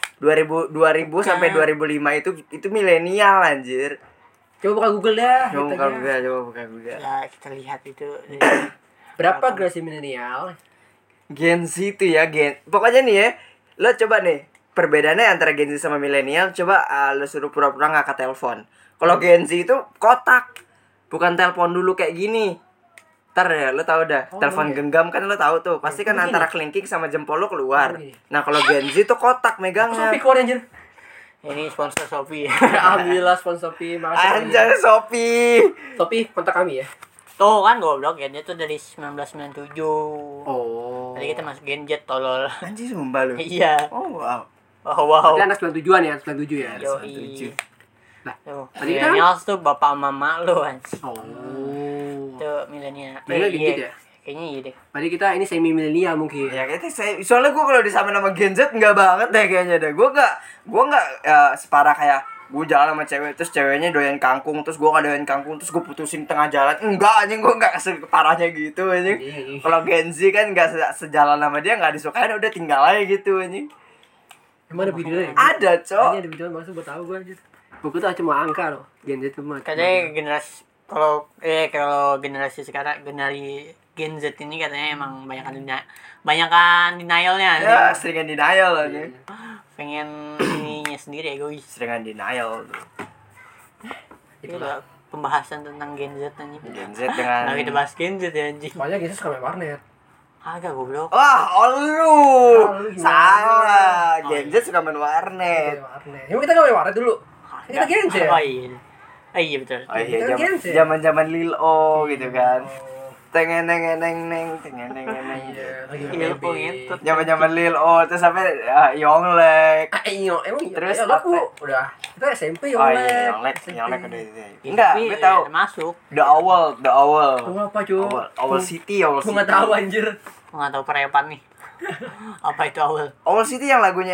2000 sampai 2005 itu milenial anjir. Coba buka Google dah. Coba buka katanya. Google, coba buka Google. Ya kita lihat itu. Berapa generasi milenial? Gen Z itu ya, pokoknya nih ya, lo coba nih perbedaannya antara Gen Z sama milenial, coba lo suruh pura-pura ngangkat telepon. Kalau Gen Z itu kotak, bukan telepon dulu kayak gini. Ntar ya, lo tau dah, Oh, telepon iya. genggam kan lo tahu tuh, pasti kan begini. antara kelingking sama jempol lo keluar. Oh, iya. Nah kalau Gen Z itu kotak megangnya. Shopee keluar anjir. Ini sponsor Shopee. Alhamdulillah sponsor Shopee. Makasih. Anjay Shopee. Shopee kontak kami ya. Tuh kan goblok Gen Z tuh dari 1997. Oh. Tadi kita masuk Gen Z tolol. Anjir sumpah lu. Iya. Oh wow. Oh wow. Berarti anak 97-an ya, 97 ya. Yo, 97. Nah, tuh. tadi kita kan- Millennials tuh bapak mama lo anjing. Oh. Tuh milenial. Milenial Gen Z ya? Kayaknya iya deh. Berarti kita ini semi milenial mungkin. Ya kayaknya soalnya gue kalau disamain sama Gen Z enggak banget deh kayaknya deh. Gue enggak separah kayak gue jalan sama cewek terus ceweknya doyan kangkung terus gue gak doyan kangkung terus gue putusin tengah jalan. Enggak anjing, gue enggak separahnya gitu anjing. Iya. Kalau Gen Z kan enggak sejalan sama dia, enggak disukain udah tinggal aja gitu anjing. Emang ada video ya? Ada, Cok. Ada video maksud buat tahu gue anjir. Buku tuh cuma angka loh. Gen Z cuma. Katanya generasi kalau generasi sekarang generasi Gen Z ini katanya emang banyakan denialnya. Ya, seringan denial anjing. Pengen ininya sendiri egois. Seringan denial tuh. Itu udah pembahasan tentang Gen Z anjing. Gen Z dengan Nah, kita bahas Gen Z ya anjing. Soalnya Gen Z suka main warnet. Agak goblok. wah, lu lu gimana? salah. Oh, Gen iya. Z suka main warnet. Main warnet. Emang kita gak main warnet dulu? Kita Gen Z ya? Oh iya. Oh iya betul. Oh iya, Kita Gen Z. zaman Lil O gitu kan. Oh. Tengen neng neng neng tengen neng neng. Iya, lagi Iya, main kok game. ngetut. Zaman Lil O terus sampai Yonglek. Iyo, emang Terus terus aku apa? udah kita SMP Oh iya, Yonglek. Yonglek udah itu. Ya, Enggak, tapi gue tahu. termasuk. The Owl. Gua apa cuy? Owl City, Owl Gua City. nggak tahu anjir. Gua nggak tahu perepan nih. Apa itu awal? Owl City yang lagunya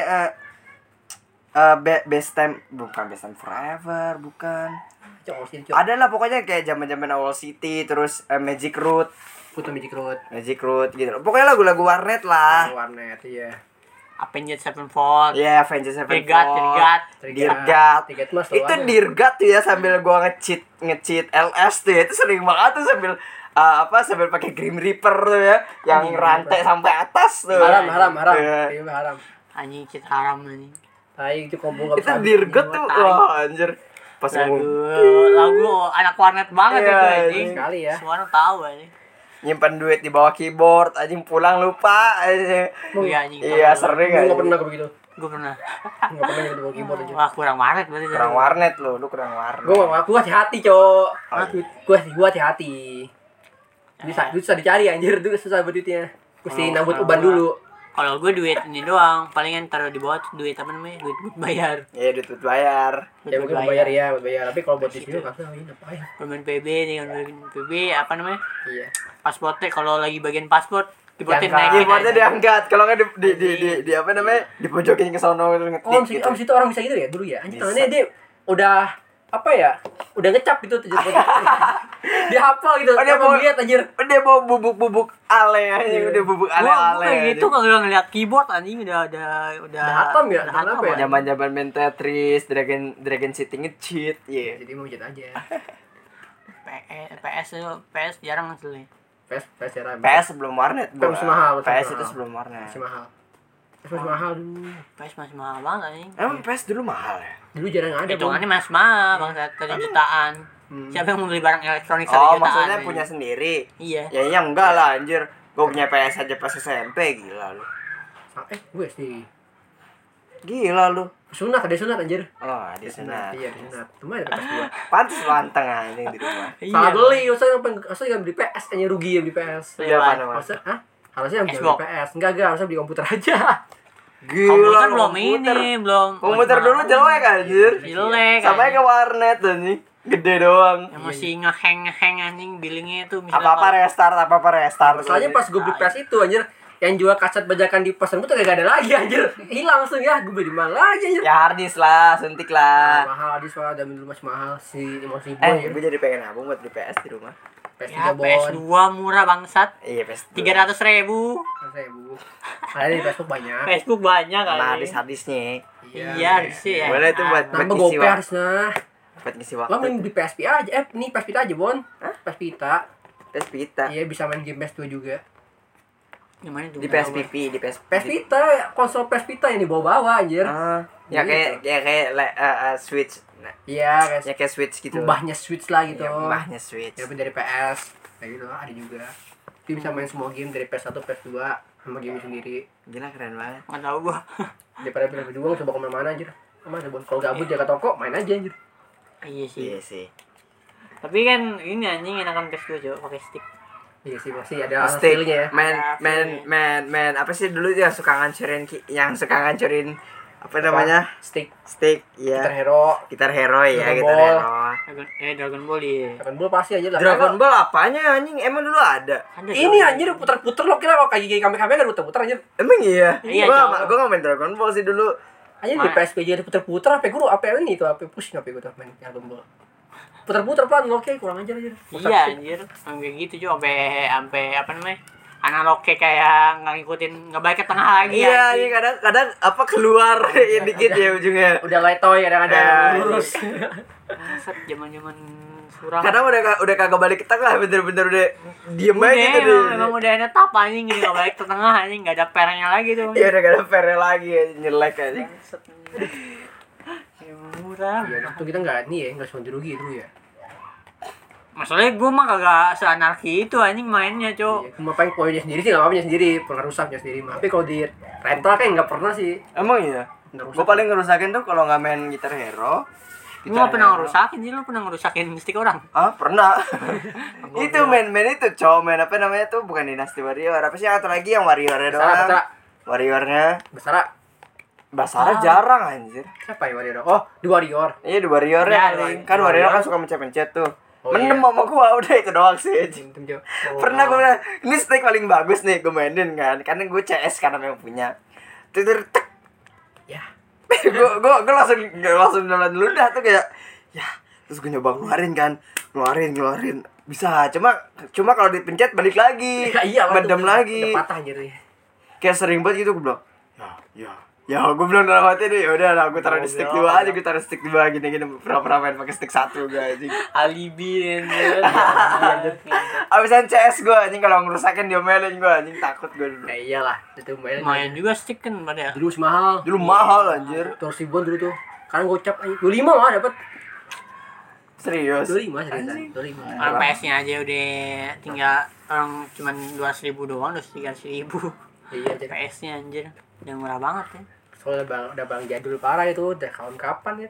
Best Time, bukan Best Time Forever, bukan. Cok, sini cok. Ada lah pokoknya kayak zaman-zaman Owl City, terus Magic Root Putu Magic Road. gitu loh. Pokoknya lagu-lagu warnet lah. Warnet iya. Avenged Sevenfold. Iya, Avengers Sevenfold. Dirgat. Dirgat. Dirgat mas Itu dirgat tuh ya sambil gua nge-cheat LS tuh ya. Itu sering banget tuh sambil sambil pakai Grim Reaper tuh ya, yang Grim rantai sampai atas tuh. haram. Iya. Iya haram. Anjing cit haram anjing. Tai itu combo Itu dirgat tuh. Wah, anjir. Pas Lagu ngomong lagu anak warnet banget Iya, itu anjing. sekali ya. Semua orang tahu anjing. nyimpan duit di bawah keyboard, anjing pulang lupa. Anjing. Iya anjing. Iya, sering Gua aja. nggak pernah begitu. Gue pernah. Nggak pernah gitu bawa keyboard aja. Wah kurang warnet berarti. Kurang warnet lu kurang warnet. Gua hati-hati, Cok. Oh, Gua hati-hati. Susah dicari anjir, itu susah duitnya. Mesti nambut uban dulu. Kalau gue duit ini doang, palingan taruh di bawah tuh duit apa namanya? Duit buat bayar. Iya, duit buat bayar. Ya mungkin buat bayar ya, buat bayar. Tapi kalau buat di sini kasih ngapain? Pemain PB nih kan pemain PB apa namanya? Iya. Pasportnya kalau lagi bagian paspor dibuatin Diangkat. naikin Keyboardnya aja. diangkat, kalau nggak di apa namanya, dipojokin ke sono ngetik Oh, gitu. om situ orang bisa gitu ya dulu ya. Anjir Bisa. tangannya dia udah apa ya? Udah ngecap gitu tuh. Dia hafal gitu. Oh, dia Dia mau- lihat anjir. Dia mau bubuk-bubuk ale aja, udah bubuk Gua ale-ale. kayak gitu kalau ngeliat keyboard anjing udah Udah hatam ya? udah Kenapa hatam, ya? anjing. Zaman-zaman main Tetris, Dragon City nge-cheat, iya. Jadi mau jet aja. PS jarang asli. PS jarang. PS sebelum warnet, PS masih mahal, PS masih itu mahal. sebelum warnet. Masih mahal. PS masih mahal dulu. PS masih mahal banget anjing. Emang PS dulu mahal ya? Dulu jarang ada. Bang. Hitungannya masih mahal bang, 1 jutaan. Siapa yang mau beli barang elektronik 1 Oh, jutaan? maksudnya anjing? punya sendiri. Iya. Ya iya enggak lah anjir. Gue punya PS aja pas SMP, gila lu. Gue SD. Gila lu. Sunat, ada sunat anjir. Oh, di sana. Iya, di sunat. Cuma ada PS 2. Pantes lu anteng anjing di rumah. Salah beli, usah beli PS, hanya rugi ya beli PS. Iya, apa namanya? Harusnya, harusnya yang Xbox. beli PS. Enggak, harusnya beli komputer aja. Gila. Komputer lu, belum komputer. ini, belum. Komputer dulu jelek anjir. Jelek. Sampai ke warnet anjing. Gede doang. yang masih ngeheng anjing billingnya itu Apa-apa restart. Masalahnya pas gue beli PS itu anjir, yang jual kaset bajakan di pasar itu kagak ada lagi anjir. Hilang langsung ya, gue beli di mana lagi anjir. Ya harddisk lah, suntik lah. Mahal di soal dan dulu masih mahal si 5.000 Gue jadi pengen nabung buat beli PS di rumah. PS3 Ya, bon. PS2 murah bangsat. Iya, PS. 300.000. PS1000. Ada di Facebook banyak. Facebook banyak Sama kali. harddisknya. Iya, sih ya. Boleh tuh buat Nambah ngisi GoPay waktu. harusnya. Buat ngisi Lo waktu. main di PSP aja. Nih PS Vita aja, Bon. PS Vita. PS Vita. Iya, bisa main game PS2 juga. Yang mana tuh? Di PSPP, di PSP. PS Vita, konsol PS Vita yang dibawa-bawa anjir. Ya kayak Switch. Nah, Iya, ya kayak Switch gitu. mbahnya Switch lah gitu. Ya, mbahnya Switch. Ya dari PS. Kayak gitu ada juga. Dia bisa main semua game dari PS1, PS2 sama game sendiri. Gila keren banget. Nggak tahu gua. Daripada beli berdua nggak usah bawa kemana-mana anjir. Sama ada Bon. Kalau gabut jaga toko, main aja anjir. Iya sih. Iya sih. Tapi kan ini anjing enakan PS2 coba pakai stick. Iya sih, masih ada Stick, hasilnya ya. main apa sih dulu yang suka ngancurin apa namanya? Stick, Stick, iya. Gitar Hero, Gitar Hero ya, Dragon Gitar Ball. Hero. Dragon Ball ya. Dragon Ball pasti aja lah. Dragon Ball apanya anjing? Emang dulu ada? Ada Ini coba. anjir putar-putar lo kira lo kayak kami-kami kan putar-putar anjir. Emang iya? Iya, Gua coba. gak main Dragon Ball sih dulu. Anjir di PSP jadi putar-putar apa guru apa ini tuh apa pusing apa gitu main Dragon Ball. Putar-putar pelan lo kayak kurang ajar anjir. Iya anjir. Kayak gitu juga sampai apa namanya? Analog kayak nggak ngikutin, nggak balik ke tengah lagi. Iya, anjing. ini kadang apa keluar dikit ya ujungnya. Udah letoy kadang-kadang Ya, lurus. Bangsat zaman-zaman suram. Kadang udah kagak balik ke tengah, bener-bener udah diem Udah, aja gitu emang udah netap anjing gitu, nggak balik ke tengah anjing, nggak ada pernya lagi tuh. Iya udah gak ada fairnya lagi ya, nyelek aja. Bangsat. Ya murah. Iya, waktu kita enggak nih ya, enggak cuma rugi dulu ya. Masalahnya gue mah kagak seanarki itu anjing mainnya, Cok. Iya, cuma paling poinnya sendiri sih enggak apa-apa sendiri, pernah rusaknya sendiri mah. Tapi kalau di rental kan enggak pernah sih. Emang iya? Nggak rusak. Gue paling ngerusakin tuh kalau nggak main Gitar Hero. Lu nggak pernah ngerusakin sih, lu pernah ngerusakin stick orang. Ah pernah. Itu main itu cowok main apa namanya tuh, bukan Dynasty Warrior. Apa sih yang satu lagi yang Warriornya doang? Basara. Warriornya. Basara. Jarang anjir. Siapa ya Warrior? Oh, di Warrior. Iya di Warriornya. Ya, anjing. di Kan Warrior Warrior. kan suka mencet-mencet tuh. Oh, Mendem iya. sama gua udah itu doang sih. anjing. Oh. Pernah gue bilang, ini stick paling bagus nih gue mainin kan. Karena gue CS karena yang punya. Tidur tek. Ya. gue langsung jalan ludah tuh kayak ya, terus gue nyoba ngeluarin bisa, cuma kalau dipencet balik lagi, Iya, mendem lagi, Udah patah anjir. kayak sering banget gitu. Gue bilang ya gue bilang dalam hati deh, udah lah gue taruh di stick 2 aja, gue taruh stick 2 gini pura-pura main pakai stick 1 gue anjing. Alibi anjir. Abisan CS gue anjing, kalau ngerusakin diomelin gue anjing, takut gue dulu. Ya iyalah, itu Main juga stick kan pada. dulu masih mahal. Dulu mahal anjir. 200 ribuan dulu tuh. Sekarang gocap aja. 25 mah dapat. Serius. 25 seriusan. 25. Orang PS-nya aja udah tinggal orang cuman 200.000 doang, 300.000. Iya, jadi PS-nya anjir. Udah murah banget ya. soalnya udah bang jadul parah itu, udah tahun kapan ya?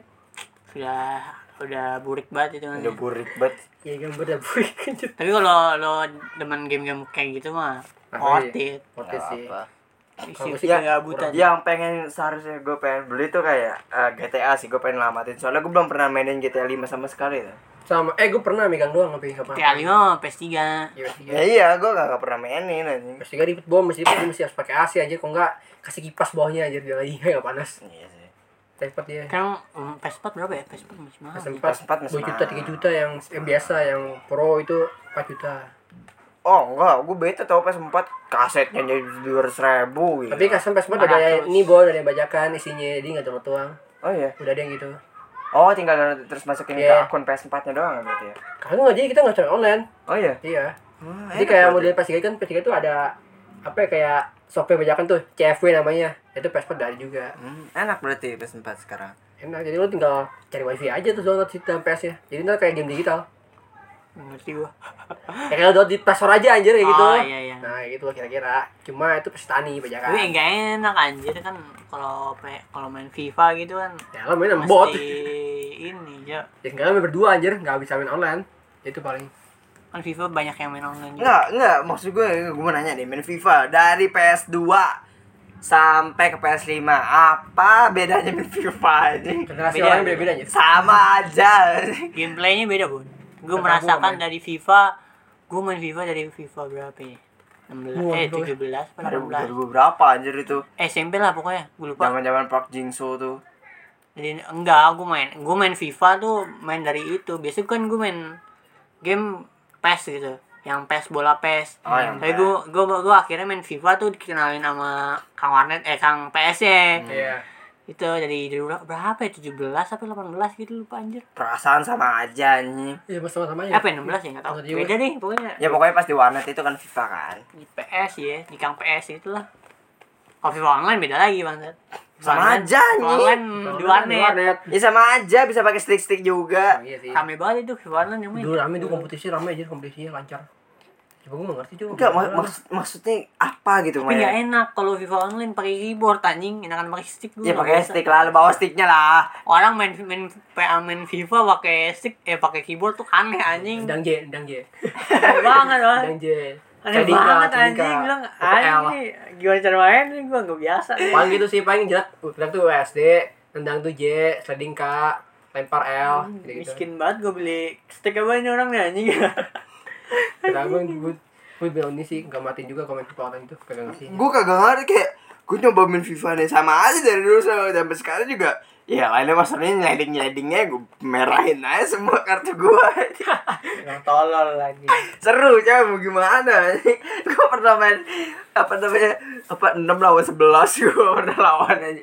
Udah burik banget itu kan. Udah burik banget. Iya gambar udah buik anjir. Tapi kalau lo demen game-game kayak gitu mah Nah, worth it. Worth it sih. Apa? isi sih kayak buta. Yang pengen seharusnya gue pengen beli tuh kayak GTA sih, gue pengen lamatin. Soalnya gue belum pernah mainin GTA 5 sama sekali tuh. Sama gue pernah megang doang tapi enggak GTA 5 PS3. Ya iya, gue gak pernah mainin anjing. PS3 ribet bom, mesti harus pakai AC aja, kok enggak kasih kipas bawahnya aja biar lagi enggak panas. Iya sih. Cepet dia. Kan PS4 berapa ya? PS4 masih mahal. PS4 masih 2 juta, 3 juta yang biasa, yang Pro itu 4 juta. Oh enggak, gue bete tau PS4 kasetnya jadi 200.000 gitu. Tapi kasan PS4 udah ada ini udah ada yang bajakan isinya, jadi enggak doang. Oh iya. Udah ada yang gitu. Oh tinggal terus masukin ke akun PS4-nya doang berarti ya. Kalau enggak jadi kita enggak cari online. Oh iya. Iya. Jadi kayak model PS3 kan, PS3 tuh ada apa ya, kayak software bajakan tuh, CFW namanya. Itu PS4 ada juga. Enak berarti PS4 sekarang. Enak, jadi lu tinggal cari wifi aja tuh download di dalam PS-nya. Jadi ntar kayak game digital. Ngerti gua. Ya kalau download di Play Store aja anjir kayak gitu. Oh, iya. Nah, kayak gitu kira-kira. Cuma itu pestani bajakan. Tapi enggak enak anjir kan kalau main FIFA gitu kan. Ya lo main bot. Ini ya. Ya enggak main berdua anjir, enggak bisa main online. Itu paling. Kan FIFA banyak yang main online juga. Enggak, maksud gue mau nanya nih, main FIFA dari PS2 sampai ke PS5, apa bedanya main FIFA ini? Generasi Beda. orang beda-beda anjir. Sama aja. Gameplaynya beda, Bun. Gue Kata merasakan gua, dari FIFA, gue main FIFA dari FIFA berapa ya? 16, Wah, 17 apa 18? 2000 berapa anjir itu? SMP lah pokoknya, gue lupa. Zaman-zaman Park Jin-soo tuh. Jadi enggak, gue main FIFA tuh main dari itu. Biasanya kan gue main game PES gitu, yang PES bola PES. Oh, yang Tapi PES. gue akhirnya main FIFA tuh dikenalin sama Kang Warnet, Kang PS ya. Iya. Itu dari berapa ya? 17 sampai 18 gitu lupa anjir. Perasaan sama aja nih. Iya, sama-sama aja. Apa ya, 16 ya enggak tahu. Sama juga. Beda nih pokoknya. Ya pokoknya pas di warnet itu kan FIFA kan. Di PS ya, di Kang PS itulah. Kalau FIFA online beda lagi Bang. Sama aja, FIFA nih. online di warnet. Ya sama aja, bisa pakai stick-stick juga. Iya sih. Rame banget itu FIFA online yang main. Dulu rame tuh kompetisi, rame aja kompetisinya lancar. Coba gue ngerti juga. Enggak, maksudnya apa gitu Tapi nggak main? enak kalau FIFA online pakai keyboard anjing, enakan pakai stick gue. Ya pakai stick lah, bawa sticknya lah. Orang main FIFA pakai stick pakai keyboard tuh aneh anjing. Dang J. Aneh banget lah. Dang J. Aneh banget anjing, bilang anjing nih gimana cara main nih gue nggak biasa nih. Paling gitu sih, paling jelas udah tuh WSD, tendang tuh J, sliding K, lempar L, gitu. Miskin banget gue beli stick apa ini orang nih anjing. Karena gue bilang ini sih nggak matiin juga komen FIFA online itu, kagak ngerti. Gue kagak ngerti, kayak gue nyoba main FIFA nih sama aja dari dulu sampai sekarang juga. Ya lainnya masalahnya nyledingnya gue merahin aja semua kartu gue. Yang tolol lagi. Seru coba mau gimana. Gue pernah main apa namanya, 6 lawan 11 gue pernah lawan aja.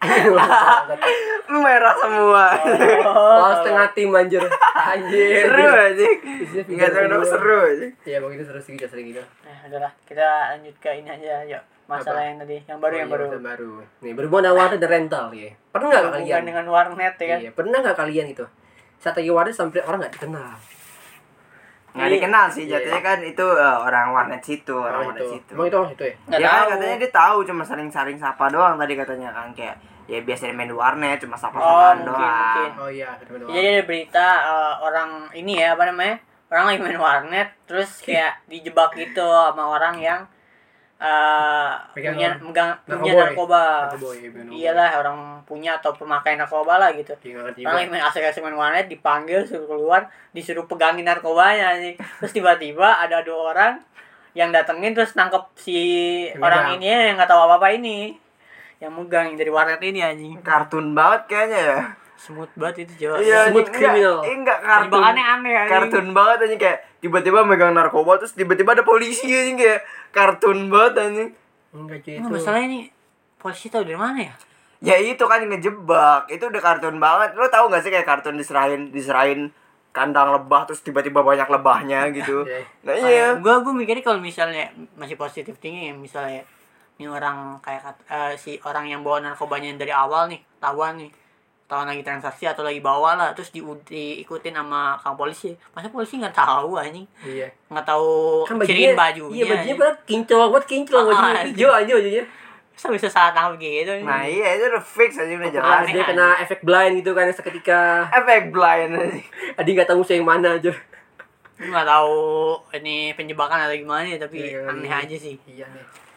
Merah semua. Oh, setengah tim anjir. Anjir. Seru aja. Isinya Enggak tahu kenapa seru aja. Iya, begitu seru sih, sering gitu. Nah, udahlah, kita lanjut ke ini aja, yuk. Masalah Apa? yang tadi, yang baru. Baru. Nih, berhubungan dengan warnet dan rental ya. Pernah nggak Bukan kalian? dengan warnet ya kan? Iya, pernah nggak kalian itu? Saat lagi warnet sampai orang nggak dikenal. Nggak dikenal sih, jatuhnya kan itu orang warnet situ, orang warnet situ. Emang itu orang situ ya? Nggak Ya kan tahu. katanya dia tahu, cuma saling sapa doang tadi katanya kan, kayak ya biasanya main di warnet cuma Oh, sapa-sapaan mungkin. doang. Oh iya, betul. Jadi ada berita orang ini ya, apa namanya? Orang lagi main warnet, terus kayak dijebak gitu sama orang yang punya narkoba. Iyalah, orang punya atau pemakai narkoba lah gitu. Orang lagi main asik-asik main warnet, dipanggil suruh keluar, disuruh pegangin narkobanya nih. Terus tiba-tiba ada 2 orang yang datengin terus nangkep si orang ini yang nggak tahu apa-apa ini, yang megang dari warnet ini anjing. Kartun banget kayaknya ya. Smooth banget itu coba. Iya, Smooth criminal. Enggak kartun. Jebakannya aneh anjing. Kartun banget anjing, kayak tiba-tiba megang narkoba terus tiba-tiba ada polisi anjing, kayak kartun banget anjing. Enggak cuy, Nggak, itu. masalahnya ini polisi tahu dari mana ya? Ya itu kan ngejebak. Itu udah kartun banget. Lo tahu enggak sih kayak kartun diserahin kandang lebah terus tiba-tiba banyak lebahnya gitu. Nah iya. Gue mikirnya kalau misalnya masih positif tinggi ya, misalnya ini orang kayak si orang yang bawa narkobanya dari awal nih, tahuan lagi transaksi atau lagi bawa lah, terus diikutin sama kang polisi. Masa polisi nggak tahu anjing? Iya. Nggak tahu Kan ciriin bajunya. bajunya. Iya, bajunya pada kinclong bajunya hijau aja bajunya. Masa bisa salah tangkap gitu? Nah iya, itu udah fix aja udah jelas. Aneh. Dia kena efek blind gitu kan seketika. Efek blind anjing. Adi nggak tahu musuh yang mana aja. Nggak tahu ini penjebakan atau gimana ya, tapi Iya, aneh iya. aja sih. Iya nih.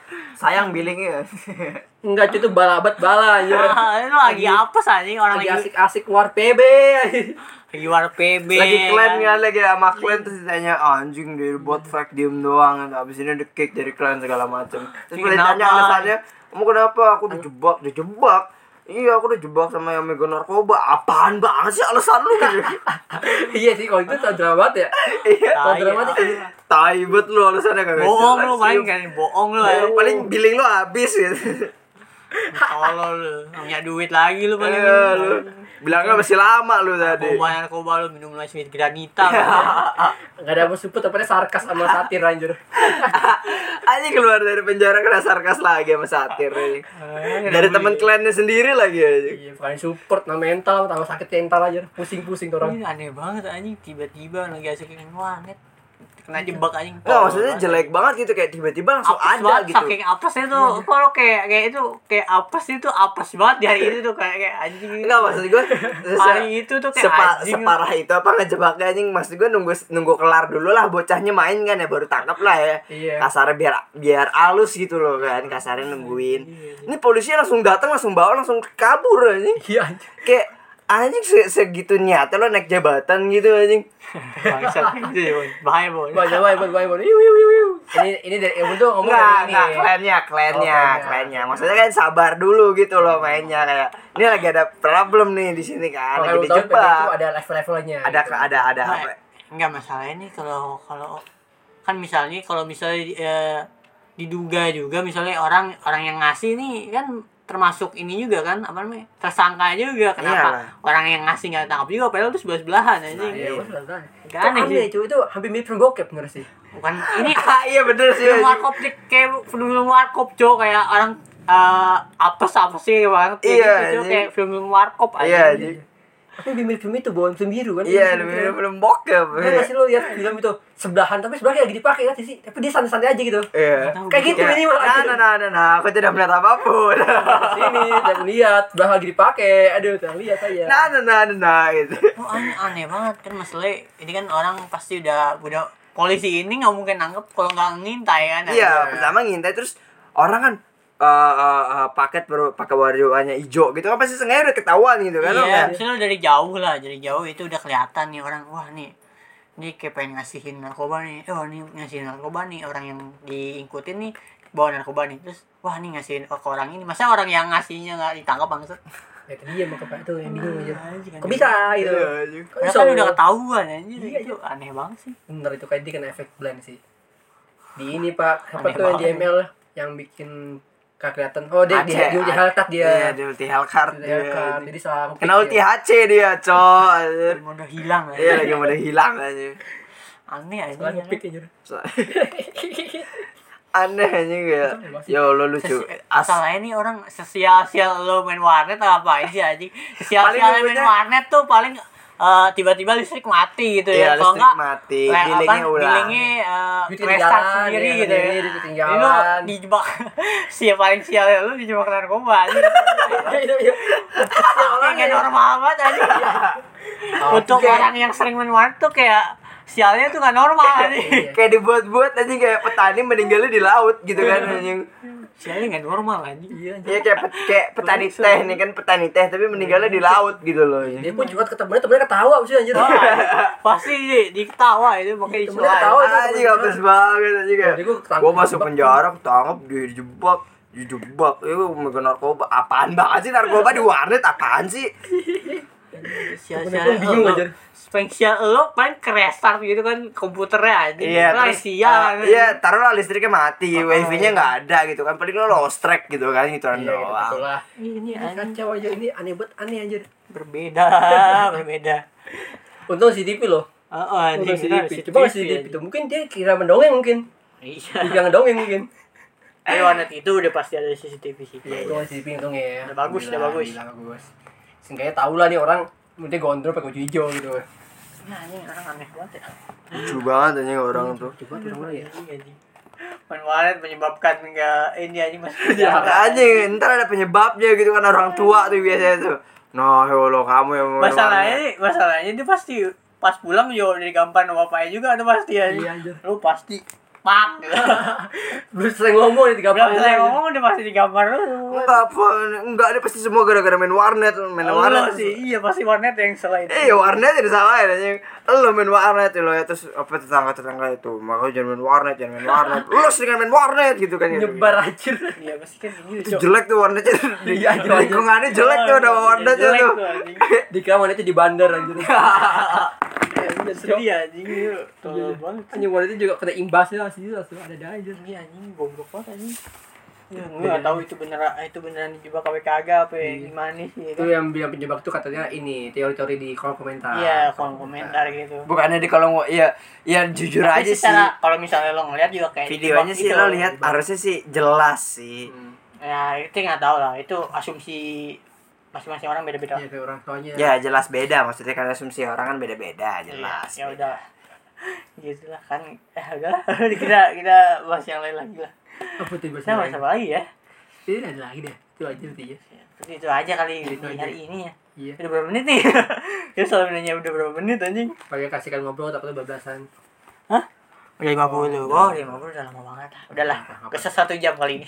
Sayang billingnya. Enggak cuy, itu balabat bala anjir. Itu lagi apa anjing orang Lagi lagi asik-asik war PB. lagi war PB. Lagi clan kan, lagi sama clan terus ditanya anjing dia buat fake diem doang, habis ini di-kick dari clan segala macam. Terus gue ditanya Kenapa? alasannya, kamu kenapa? Aku dijebak. Iya, aku dijebak sama yang megang narkoba. Apaan banget sih alasan lu? Iya sih, kalau itu tau drama banget ya. Iya, Tau Tai, drama tuh. tai bet lu alasannya kagak bohong jelas. lu paling kan bohong lu. Ya, paling billing lu habis gitu. Tolol lu. Nggak punya duit lagi lu paling. Iya, lu. Bilangnya masih lama lu tadi. Narkoba lu minum lagi sweet granita. Enggak ada apa suput, apa sarkas sama satir anjir. Anjing keluar dari penjara kena sarkas lagi sama satir anjing. Dari teman klannya sendiri lagi anjing. Iya, bukan support, nah mental, tambah sakit mental aja. Pusing-pusing tuh orang. Ini aneh banget anjing, tiba-tiba lagi asik main warnet kena jebak anjing. Enggak, maksudnya jelek banget gitu kayak tiba-tiba langsung Apes ada banget, gitu. saking apesnya tuh. Kalau kayak itu kayak apes itu apes banget di hari itu tuh kayak anjing. Enggak, maksud gue Hari itu tuh kayak anjing. separah itu apa ngejebaknya anjing. Maksud gue nunggu kelar dulu lah bocahnya main kan ya baru tangkap lah ya. Iya. Kasarnya biar halus gitu loh kan, kasarnya nungguin. Ini polisi langsung datang langsung bawa langsung kabur anjing. Iya anjir. Kayak anjing segitu nyata lo naik jabatan gitu anjing. Bangsat gitu ya, Bon. Bahaya, Bon. Bahaya. Iu. Ini dari tuh ngomong dari ini. Enggak, klannya. Maksudnya kan sabar dulu gitu loh mainnya kayak ini lagi ada problem nih di sini kan, lagi Kalau tahu PB itu dijebak. ada level-levelnya. Ada gitu. ada Nah, apa? enggak masalahnya nih kalau kan misalnya kalau misalnya diduga juga misalnya orang yang ngasih nih kan termasuk ini juga kan apa namanya tersangka juga kenapa Iyalah. orang yang ngasih nggak tangkap juga padahal itu sebelahan aja Iya, benar. Gak aneh sih. Itu hampir mirip film bokep bener sih. Bukan ini Iya bener sih. film warkop kayak film warkop cowok kayak orang apa sih banget kayak Iya, gitu, anjing. kayak film warkop aja. Iya anjing. Tapi mirip film itu bukan film biru kan? Iya, belum bokep. Kan masih lo lihat film itu sebelahan tapi sebelahnya lagi dipakai kan sih. Tapi dia santai-santai aja gitu. Iya. Kayak gitu minimal aja. Nah, aku tidak melihat apapun. Sini tidak lihat sebelah lagi dipakai. Aduh, tidak lihat saya. Nah, gitu. Oh, aneh banget kan masalahnya ini kan orang pasti udah polisi ini nggak mungkin nangkep kalau nggak ngintai kan. Iya, pertama ngintai terus orang kan pakai warnanya hijau gitu kan pasti sengaja udah ketahuan gitu kan. Iya, misalnya dari jauh itu udah kelihatan nih orang, wah nih kayak pengen ngasihin narkoba nih, nih ngasihin narkoba nih orang yang diikutin nih bawa narkoba nih, terus wah nih ngasihin ke orang ini, masa orang yang ngasihnya nggak ditangkap bangsat? Ya tadi dia mau ke Pak itu yang bingung aja. Anjing, Kok bisa gitu? Kok Ya bisa? kan udah ketahuan anjir, Iya, itu aneh banget sih. Bener itu kayak dia kena efek blend sih. Di ini Pak, apa Aneh tuh yang di banget. ML yang bikin gak kelihatan. Oh, dia Aceh, di ulti Hellcat dia. Iya, di ulti Hellcat Di Hellcat. Jadi salah Kena ulti HC dia, coy. Mau udah hilang Iya, aja. lagi mau hilang aja. Aneh aja. Salah ngepick aja. Aneh aja ya. Ya Allah lucu. Masalahnya nih orang sesial-sial lo main warnet atau ngapain sih anjing? Sesial-sial Paling main lucunya- warnet tuh paling tiba-tiba listrik mati gitu Iya, ya. Kalau listrik enggak mati, billingnya ulang. billingnya Duit restart ketinggalan, sendiri ya, gitu ya. duit Ini ketinggalan. lo dijebak paling sial lu dijebak narkoba anjing. Kayak normal banget anjing. Untuk orang yang sering main warnet tuh kayak sialnya tuh gak normal anjing. Kayak dibuat-buat aja kayak petani meninggalnya di laut gitu kan anjing. Sialnya gak normal anjing. Iya. Iya kayak petani teh nih kan petani teh tapi meninggalnya di laut gitu loh. Dia pun juga ke temennya ketawa sih anjir. Wah, pasti diketawa itu pakai isu Temennya ketawa. Anjing hapus banget aja kayak. Jadi gua ketangkep, Gua masuk dijebak. penjara ketangkep dijebak. Itu megang narkoba. Apaan banget sih narkoba di warnet apaan sih? Sial-sial Bingung aja. Spesial lo paling ke restart gitu kan komputernya aja. Iya, Lah, terus sial. iya, taruhlah listriknya mati, wifi-nya nggak ada gitu kan. Paling lo lost track gitu kan gitu Iya, doang. itulah. Ini Ini kacau aja ini aneh banget anjir. berbeda. Untung CCTV loh. Anjing Untung kita CCTV. Coba CCTV itu mungkin dia kira mendongeng mungkin. Iya. Dia ngedongeng mungkin. Warnet itu udah pasti ada CCTV sih. Itu CCTV untung ya. Udah bagus, udah bagus. Bagus. Seenggaknya tahu lah nih orang mungkin gondrong pakai baju hijau gitu. Nah, ini orang aneh banget ya. Lucu banget anjing orang tuh. Coba orang ya. Anjing. Main warnet menyebabkan enggak ini anjing masuk Ya, penjara. anjing, ntar ada penyebabnya gitu kan orang tua tuh biasanya tuh. Nah, ya Allah kamu yang mau Masalahnya dia pasti pas pulang juga dari gampang sama bapaknya juga ada pasti ya. Iya, anjir. Lu pasti pak. Belum selesai ngomong di gambar. Belum saya ngomong udah pasti digambar lu. Enggak ada pasti semua gara-gara main warnet Lo sih, iya pasti warnet yang salah itu. Warnet jadi salah ya anjing. Lu main warnet lo ya terus apa tetangga itu, makanya jangan main warnet. Lu sering main warnet gitu kan ya. Nyebar aja. Iya pasti kan gitu, Itu Cok. jelek tuh warnetnya. Iya, Di lingkungannya jelek tuh ada warnetnya Jelek tuh. anjing. Di kamar itu di bandar anjir. Iya, sedih anjing lu. Tolol banget. Anjing wanita juga kena imbasnya sih langsung ada aja. Iya anjing goblok banget anjing. Ya, gue nggak tahu itu beneran dijebak apa kagak apa gimana sih Itu yang bilang penyebab tuh katanya ini teori-teori di kolom komentar. iya kolom komentar gitu. Bukannya di kolom ya jujur Tapi aja sih. secara kalau misalnya lo ngeliat juga kayak Videonya dijebak sih gitu. lo lihat harusnya sih jelas sih. Ya itu nggak tahu lah, itu asumsi masing-masing orang beda-beda. Iya, kayak orang tuanya. Ya jelas beda, maksudnya kan asumsi orang kan beda-beda jelas. Ya udah gitu lah kan, udahlah kita bahas yang lain lagi lah. Apa tuh bahasa Kita bahas lain? apa lagi ya? Ini ada lagi deh. Itu aja berarti ya. Itu aja kali Itu di aja. hari ini ya. Iya. Udah berapa menit nih? Kita selalu nanya udah berapa menit anjing. Pakai kasihkan ngobrol takutnya bablasan. Hah? Udah 50. Oh, 50 udah lama banget. Udahlah, kesel 1 jam kali ini.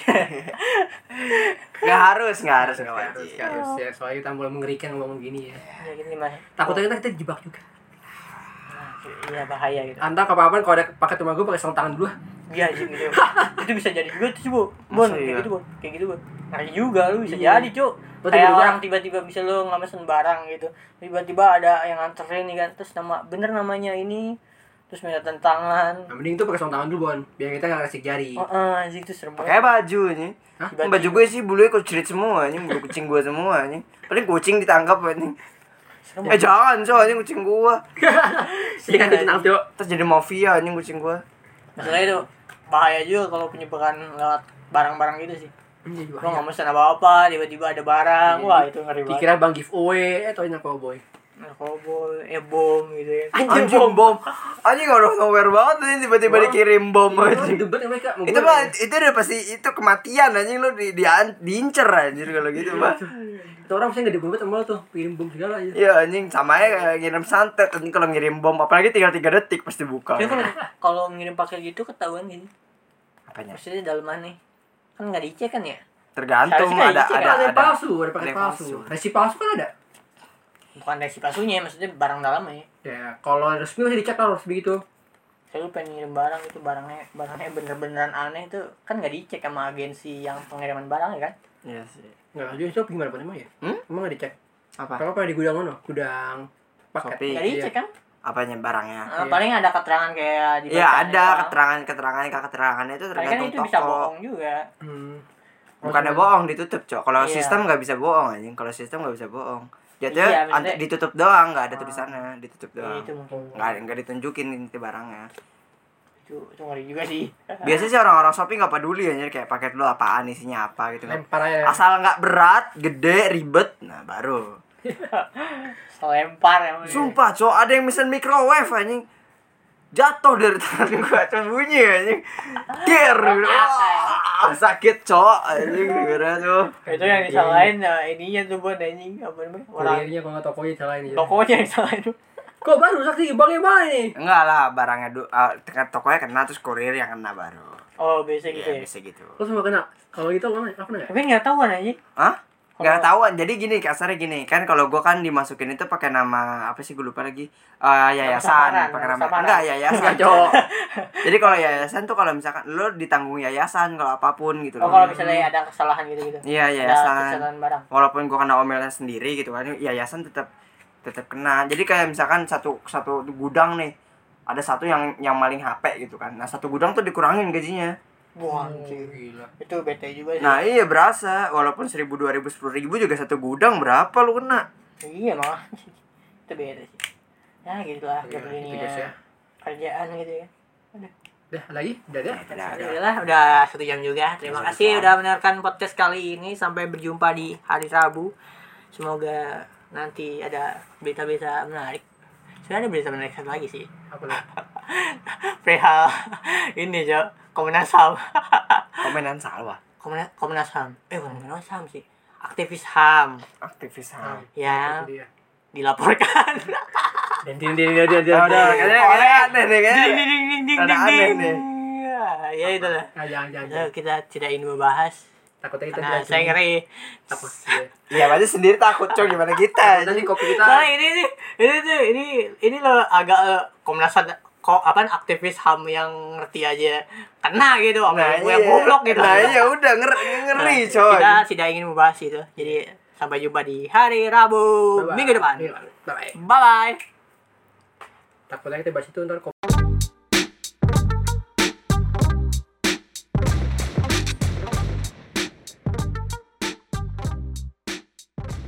Nggak harus Harus nggak wajib. ya. Soalnya kita mulai mengerikan ngomong gini ya. Ya gini Mas. Takutnya kita dijebak juga. Nah, iya bahaya gitu. Anta kapan-kapan kalau ada pakai rumah gue pakai sarung tangan dulu. Iya anjing gitu. Itu bisa jadi juga tuh, Bu. Bon, Masa kayak iya? gitu, Bon. Kayak gitu, Bon. Ngeri juga lu bisa Iya. jadi, Cuk. Lu Kayak tiba-tiba- orang tiba-tiba bisa lu ngamesen barang gitu. Tiba-tiba ada yang nganterin nih kan, terus namanya ini, terus minta tantangan. Nah, mending tuh pakai sarung tangan dulu, Bon. Biar kita enggak kasih jari. Oh, anjing itu serem Pakai banget. baju nih. Hah? Baju gue sih bulunya kucrit semua anjing, bulu kucing gue semua anjing. Paling kucing ditangkap anjing. Serem Jangan anjing kucing gua. Iya kan itu kenal, Cok. Terus jadi mafia anjing kucing gua. Masalahnya itu bahaya juga kalau penyebaran lewat barang-barang gitu sih. Iya, Lo nggak mesen apa-apa, tiba-tiba ada barang. Iya, Wah, itu ngeri banget. Dikira bang giveaway, taunya cowboy. Cowboy, bom gitu ya. Anjing bom. Anjing out of nowhere banget anjing tiba-tiba Wah. dikirim bom Iya, anjing. debat mereka. Itu mah itu udah pasti itu kematian anjing lu diincer anjir kalau gitu mah. Itu orang pasti enggak dibuat sama lo tuh, kirim bom segala aja. Iya anjing sama aja kayak ngirim santet anjing kalau ngirim bom apalagi tinggal 3 detik pasti buka. Tapi kalau ngirim paket gitu ketahuan gitu. Apanya? Maksudnya dalam mana? Kan nggak dicek kan ya? Tergantung Seharusnya ada kayak gitu, Ada yang palsu, ada pakai Ada yang palsu. Resi palsu kan ada. Bukan resi palsunya, maksudnya barang dalamnya. Ya, kalau resmi masih dicek harus begitu. Saya lu pengen ngirim barang itu barangnya bener-beneran aneh itu kan nggak dicek sama agensi yang pengiriman barang ya kan? Iya sih. Enggak, jadi itu gimana Pak emang ya? Emang enggak dicek? Apa? Kalau pernah di gudang mana? Gudang paket. Shopee. Nggak dicek kan? Apanya barangnya? Paling ada keterangan kayak di Iya bacaan ada doang. keterangannya itu Paling kan tergantung itu toko. bisa bohong juga. Bukannya bohong ditutup cok. Kalau Iya. sistem nggak bisa bohong anjing. Kalau sistem nggak bisa bohong. Jatuhnya Iya, maksudnya- ditutup doang, nggak ada tulisannya, ditutup Iya, doang. itu mungkin. Nggak ditunjukin inti barangnya. Itu ngeri juga sih. Biasanya sih orang-orang Shopee nggak peduli aja kayak paket lu apaan isinya apa gitu. Lempar aja. Asal nggak berat, gede, ribet, nah baru. Selempar emang. Sumpah cok, ada yang mesen microwave anjing. Jatuh dari tangan gua cok bunyi anjing. Ger. Wah, sakit cok anjing gara tuh. Itu yang disalahin ininya tuh buat anjing apa namanya? Orang Kurirnya kalau nggak tokonya salahin aja. tokonya yang disalahin tuh. Kok baru saksi bangnya mana nih? Enggak lah, barangnya tokonya kena terus kurir yang kena baru. Oh, biasa gitu Iya, ya. bisa gitu. Lo semua kena. Kalau gitu lo nggak kena ya? Tapi nggak tahu kan anjing. Hah? Nggak tahuan. Jadi gini, kasarnya gini. Kan kalau gua kan dimasukin itu pakai nama apa sih gue lupa lagi. Yayasan, Samaran, pakai nama. samaran. Enggak, yayasan. Cok. Jadi kalau yayasan tuh kalau misalkan lo ditanggung yayasan kalau apapun gitu Oh, loh. kalau misalnya ada kesalahan gitu-gitu. Iya, Ada yayasan. kesalahan barang. Walaupun gua kena omelnya sendiri gitu kan, yayasan tetap kena. Jadi kayak misalkan satu gudang nih. Ada satu yang maling HP gitu kan. Nah, satu gudang tuh dikurangin gajinya. Wah, anjing. Gila. Itu bete juga sih. Nah iya berasa, walaupun 1.000, 2.000, 10.000 juga satu gudang berapa lu kena? Iya malah. Itu bete sih. Ya gitu lah Iya, dunia gitu, guys, ya. kerjaan gitu ya. Udah lagi? Udah deh. Udah, udah 1 jam juga. Terima kasih udah mendengarkan podcast kali ini. Sampai berjumpa di hari Rabu. Semoga nanti ada berita-berita menarik. Sebenarnya ada berita menarik satu lagi sih. Apa lagi? Perihal ini Cok, Komnas HAM. Komenan salah. Komnas HAM. Bukan Komnas HAM sih. Aktivis HAM Aktivis HAM. yang Itu dia. dilaporkan. Dan dia. Udah, kayaknya aneh nih kayaknya. Ding ding ding ding Ada ding aneh ding. nih. Ya itulah. Nah, jangan. Kita tidak ingin membahas. Takutnya kita Nah, bilang saya ngeri. apa sih? Iya, berarti sendiri takut coy, gimana kita? Nanti kopi kita Soalnya ini lo agak Komnas kok apa aktivis HAM yang ngerti aja kena gitu sama yang goblok gitu. Nah, iya udah ngeri coy. Kita tidak ingin membahas itu. Jadi sampai jumpa di hari Rabu Bye-bye. minggu depan. Bye. Bye bye. Takutnya kita bahas itu ntar